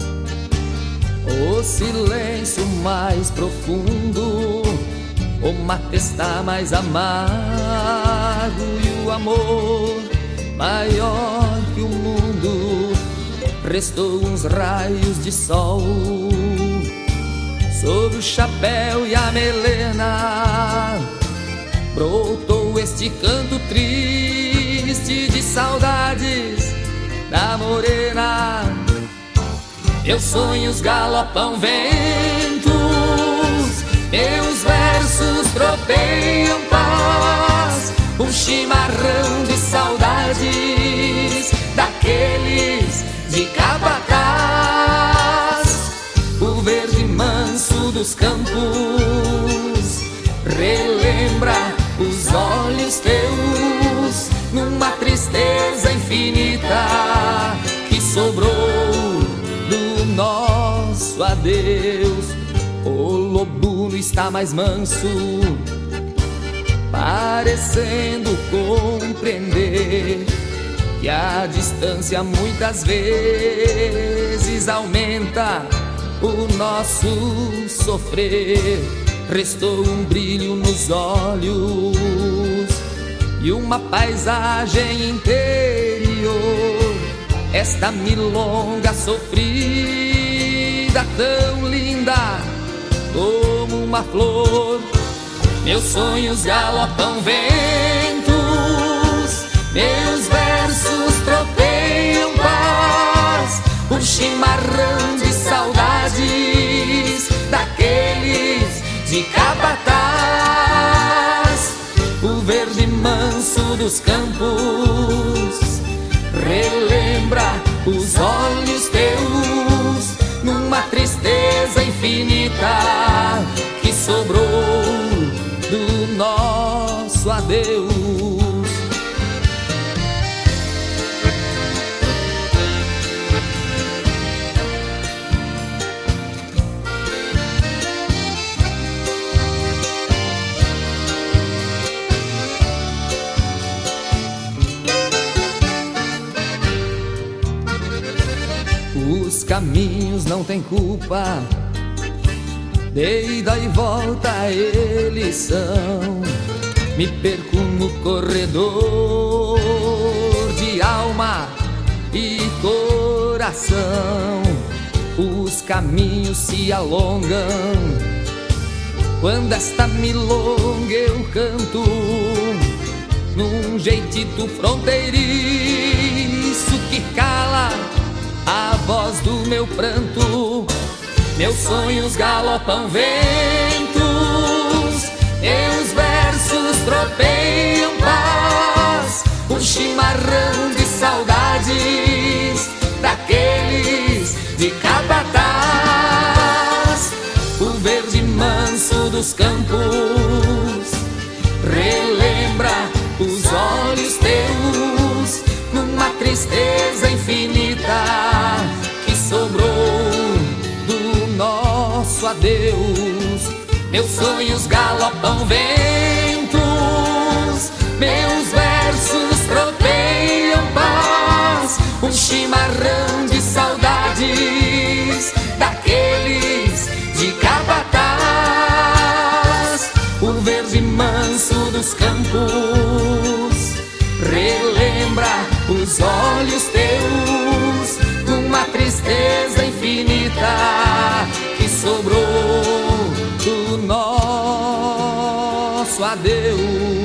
o silêncio mais profundo, o mate está mais amargo e o amor maior que o mundo. Restou uns raios de sol sobre o chapéu e a melena, brotou este canto triste de saudades da morena. Meus sonhos galopam ventos, meus versos tropeiam paz, um chimarrão de saudades daqueles de capataz. O verde manso dos campos relembra os olhos teus numa tristeza infinita que sobrou do nosso adeus. O lobuno está mais manso, parecendo compreender que a distância muitas vezes aumenta o nosso sofrer. Restou um brilho nos olhos e uma paisagem interior, esta milonga sofrida, tão linda como uma flor. Meus sonhos galopam ventos, meus versos tropeiam paz, um chimarrão de saudades daqueles de capataz. manso dos campos, relembra os olhos teus numa tristeza infinita que sobrou do nosso adeus. Os caminhos não têm culpa, de ida e volta eles são. Me perco no corredor de alma e coração. Os caminhos se alongam quando esta milonga eu canto, num jeitito fronteiriço que cala a voz do meu pranto. Meus sonhos galopam ventos, meus versos tropeiam paz, um chimarrão de saudades daqueles de capataz. O verde manso dos campos relembra os olhos teus numa tristeza infinita que sobrou do nosso adeus. Meus sonhos galopam ventos, meus versos tropeiam paz, um chimarrão de saudades daqueles de capataz. O verde manso dos campos relembra os olhos teus numa tristeza infinita que sobrou do nosso adeus.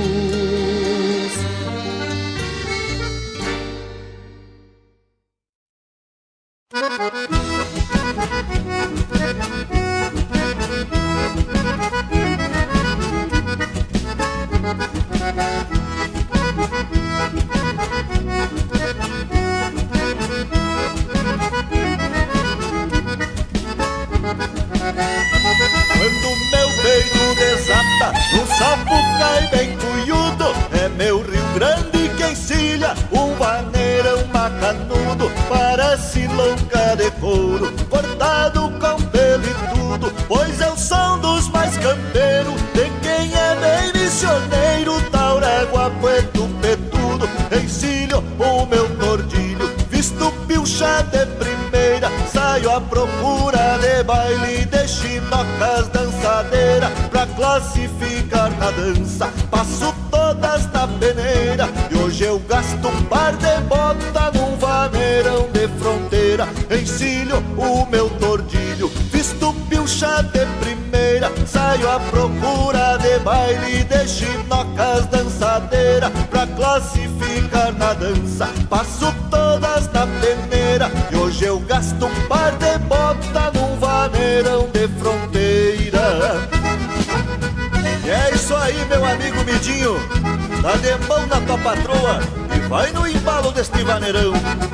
Quando meu peito desata, o sapo cai bem cunhudo. É meu Rio Grande que encilha um vaneirão macanudo. Parece louca de couro, cortado com pelo e tudo, pois é o som dos mais campeiros, de quem é bem missioneiro. Taurégua, Puerto Petudo, encilho o meu tordilho, visto pilcha de primeira, saio à procura de baile, de chinocas dançadeira, pra classificar na dança, passo todas na peneira. E hoje eu gasto um par de bota num vaneirão de fronteira, encilho o meu tordilho, visto pilcha de primeira, saio à procura de baile, de chinocas dançadeira, pra classificar na dança, passo todas na peneira. E hoje eu gasto um par de bota num vaneirão de fronteira. E é isso aí, meu amigo Midinho, dá de mão na tua patroa e vai no embalo deste vaneirão.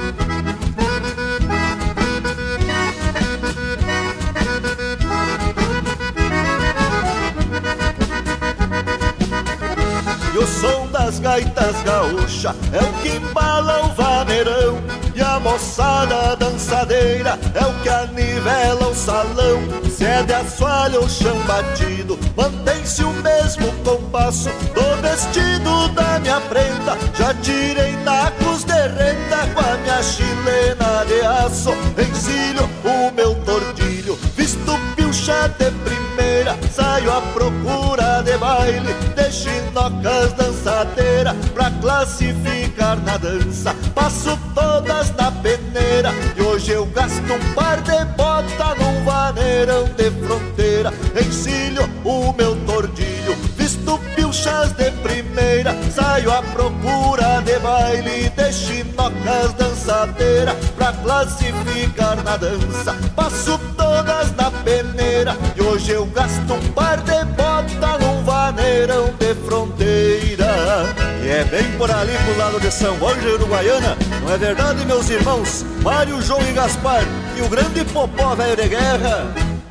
E o som das gaitas gaúcha é o que embala o vaneirão, e a moçada dançadeira é o que anivela o salão. Se é de assoalho ou chão batido, mantém-se o mesmo compasso do vestido da minha prenda. Já tirei nacos de renda com a minha chilena de aço, encilho o meu tordilho, visto pilcha de primeira, saio à procura de baile, de chinocas dançadeira, pra classificar na dança, passo todas na peneira. E hoje eu gasto um par de bota num vaneirão de fronteira, encilho o meu tordilho, visto pilchas de primeira, saio à procura de baile, de chinocas dançadeira, pra classificar na dança, passo todas na peneira. E hoje eu gasto um par de bota num vaneirão de fronteira. E é bem por ali pro lado de São Borja, Uruguaiana. Não é verdade, meus irmãos? Mário, João e Gaspar e o grande Popó velho de guerra.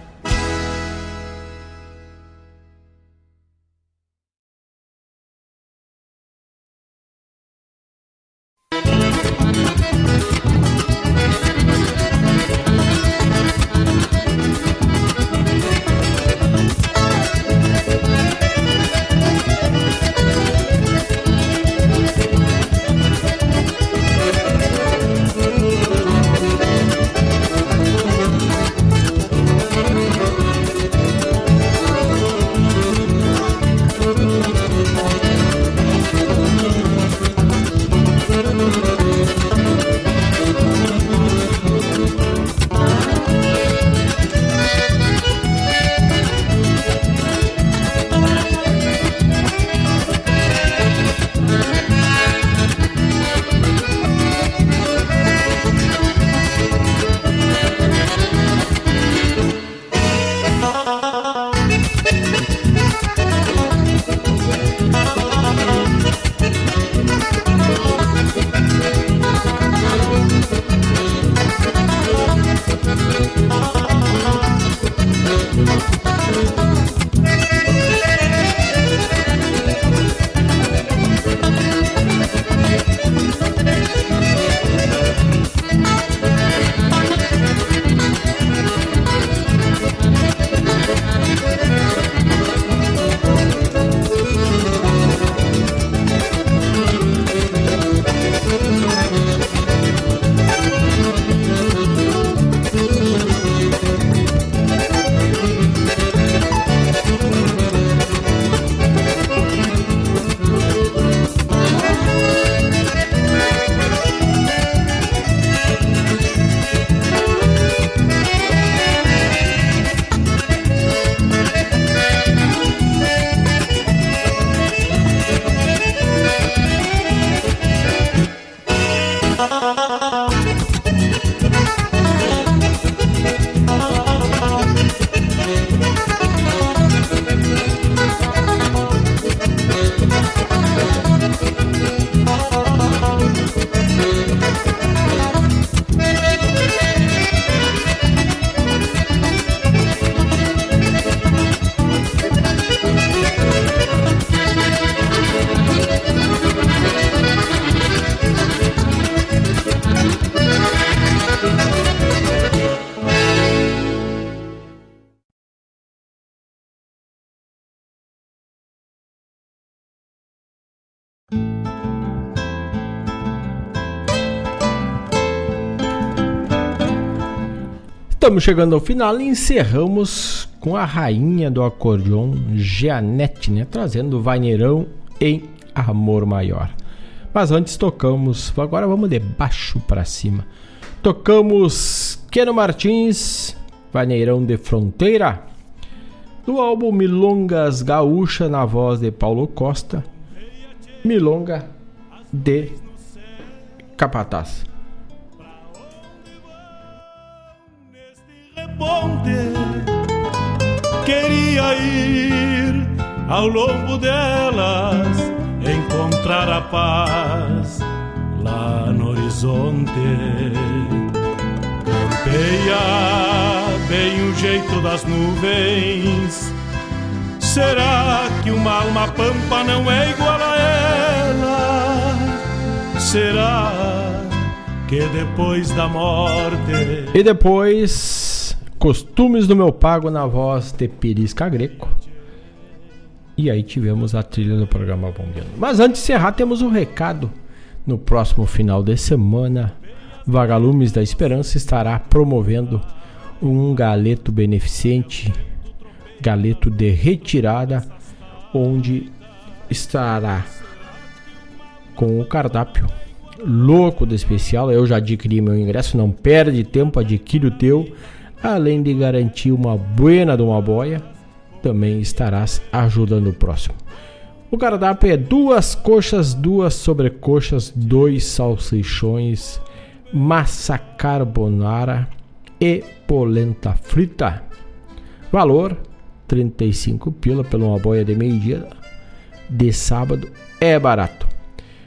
Estamos chegando ao final e encerramos com a rainha do acordeon, Jeanette, né? Trazendo o vaneirão em Amor Maior. Mas antes tocamos, agora vamos de baixo para cima. Tocamos Queno Martins, Vaneirão de Fronteira, do álbum Milongas Gaúcha, na voz de Paulo Costa, Milonga de Capataz. Queria ir ao longo delas, encontrar a paz lá no horizonte. Campeia bem o jeito das nuvens. Será que uma alma pampa não é igual a ela? Será que depois da morte... E depois, Costumes do Meu Pago, na voz de Pirisca Greco. E aí tivemos a trilha do programa Bombeando. Mas antes de encerrar, temos um recado. No próximo final de semana, Vagalumes da Esperança estará promovendo um galeto beneficente, galeto de retirada, onde estará com o cardápio louco de especial. Eu já adquiri meu ingresso, não perde tempo, adquire o teu. Além de garantir uma buena de uma boia, também estarás ajudando o próximo. O cardápio é duas coxas, duas sobrecoxas, dois salsichões, massa carbonara e polenta frita. Valor trinta e cinco pila pela uma boia de meio-dia de sábado. É barato.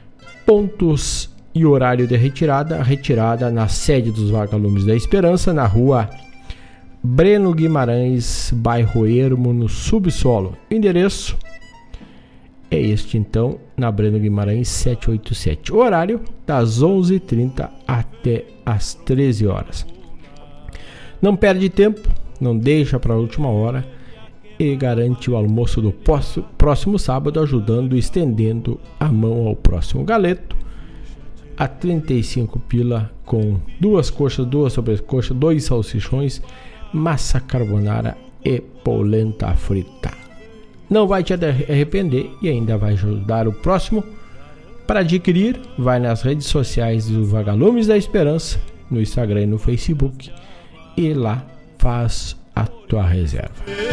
Pontos e horário de retirada. Retirada na sede dos Vagalumes da Esperança, na rua Breno Guimarães, bairro Ermo, no subsolo. O endereço é este, então, na Breno Guimarães setecentos e oitenta e sete. O horário das onze e trinta até as treze horas. Não perde tempo, não deixa para a última hora e garante o almoço do próximo sábado, ajudando e estendendo a mão ao próximo galeto. A trinta e cinco pila com duas coxas, duas sobrecoxas, dois salsichões, massa carbonara e polenta frita. Não vai te arrepender e ainda vai ajudar o próximo. Para adquirir, vai nas redes sociais do Vagalumes da Esperança, no Instagram e no Facebook, e lá faz a tua reserva.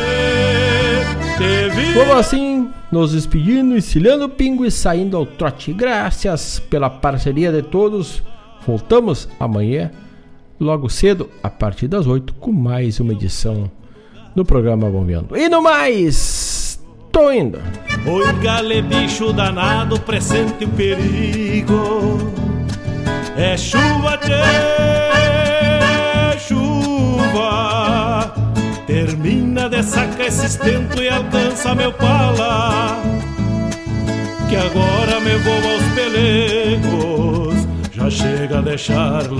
Vamos assim, nos despedindo, encilhando o pingo e saindo ao trote. Graças pela parceria de todos. Voltamos amanhã, logo cedo, a partir das oito, com mais uma edição do programa Bombeando. E no mais, tô indo. Oi, gale, bicho danado, pressente o perigo. É chuva, tchê, chuva. Termina de sacar esse estento e alcança meu pala, que agora me vou aos pelegos. Já chega a deixar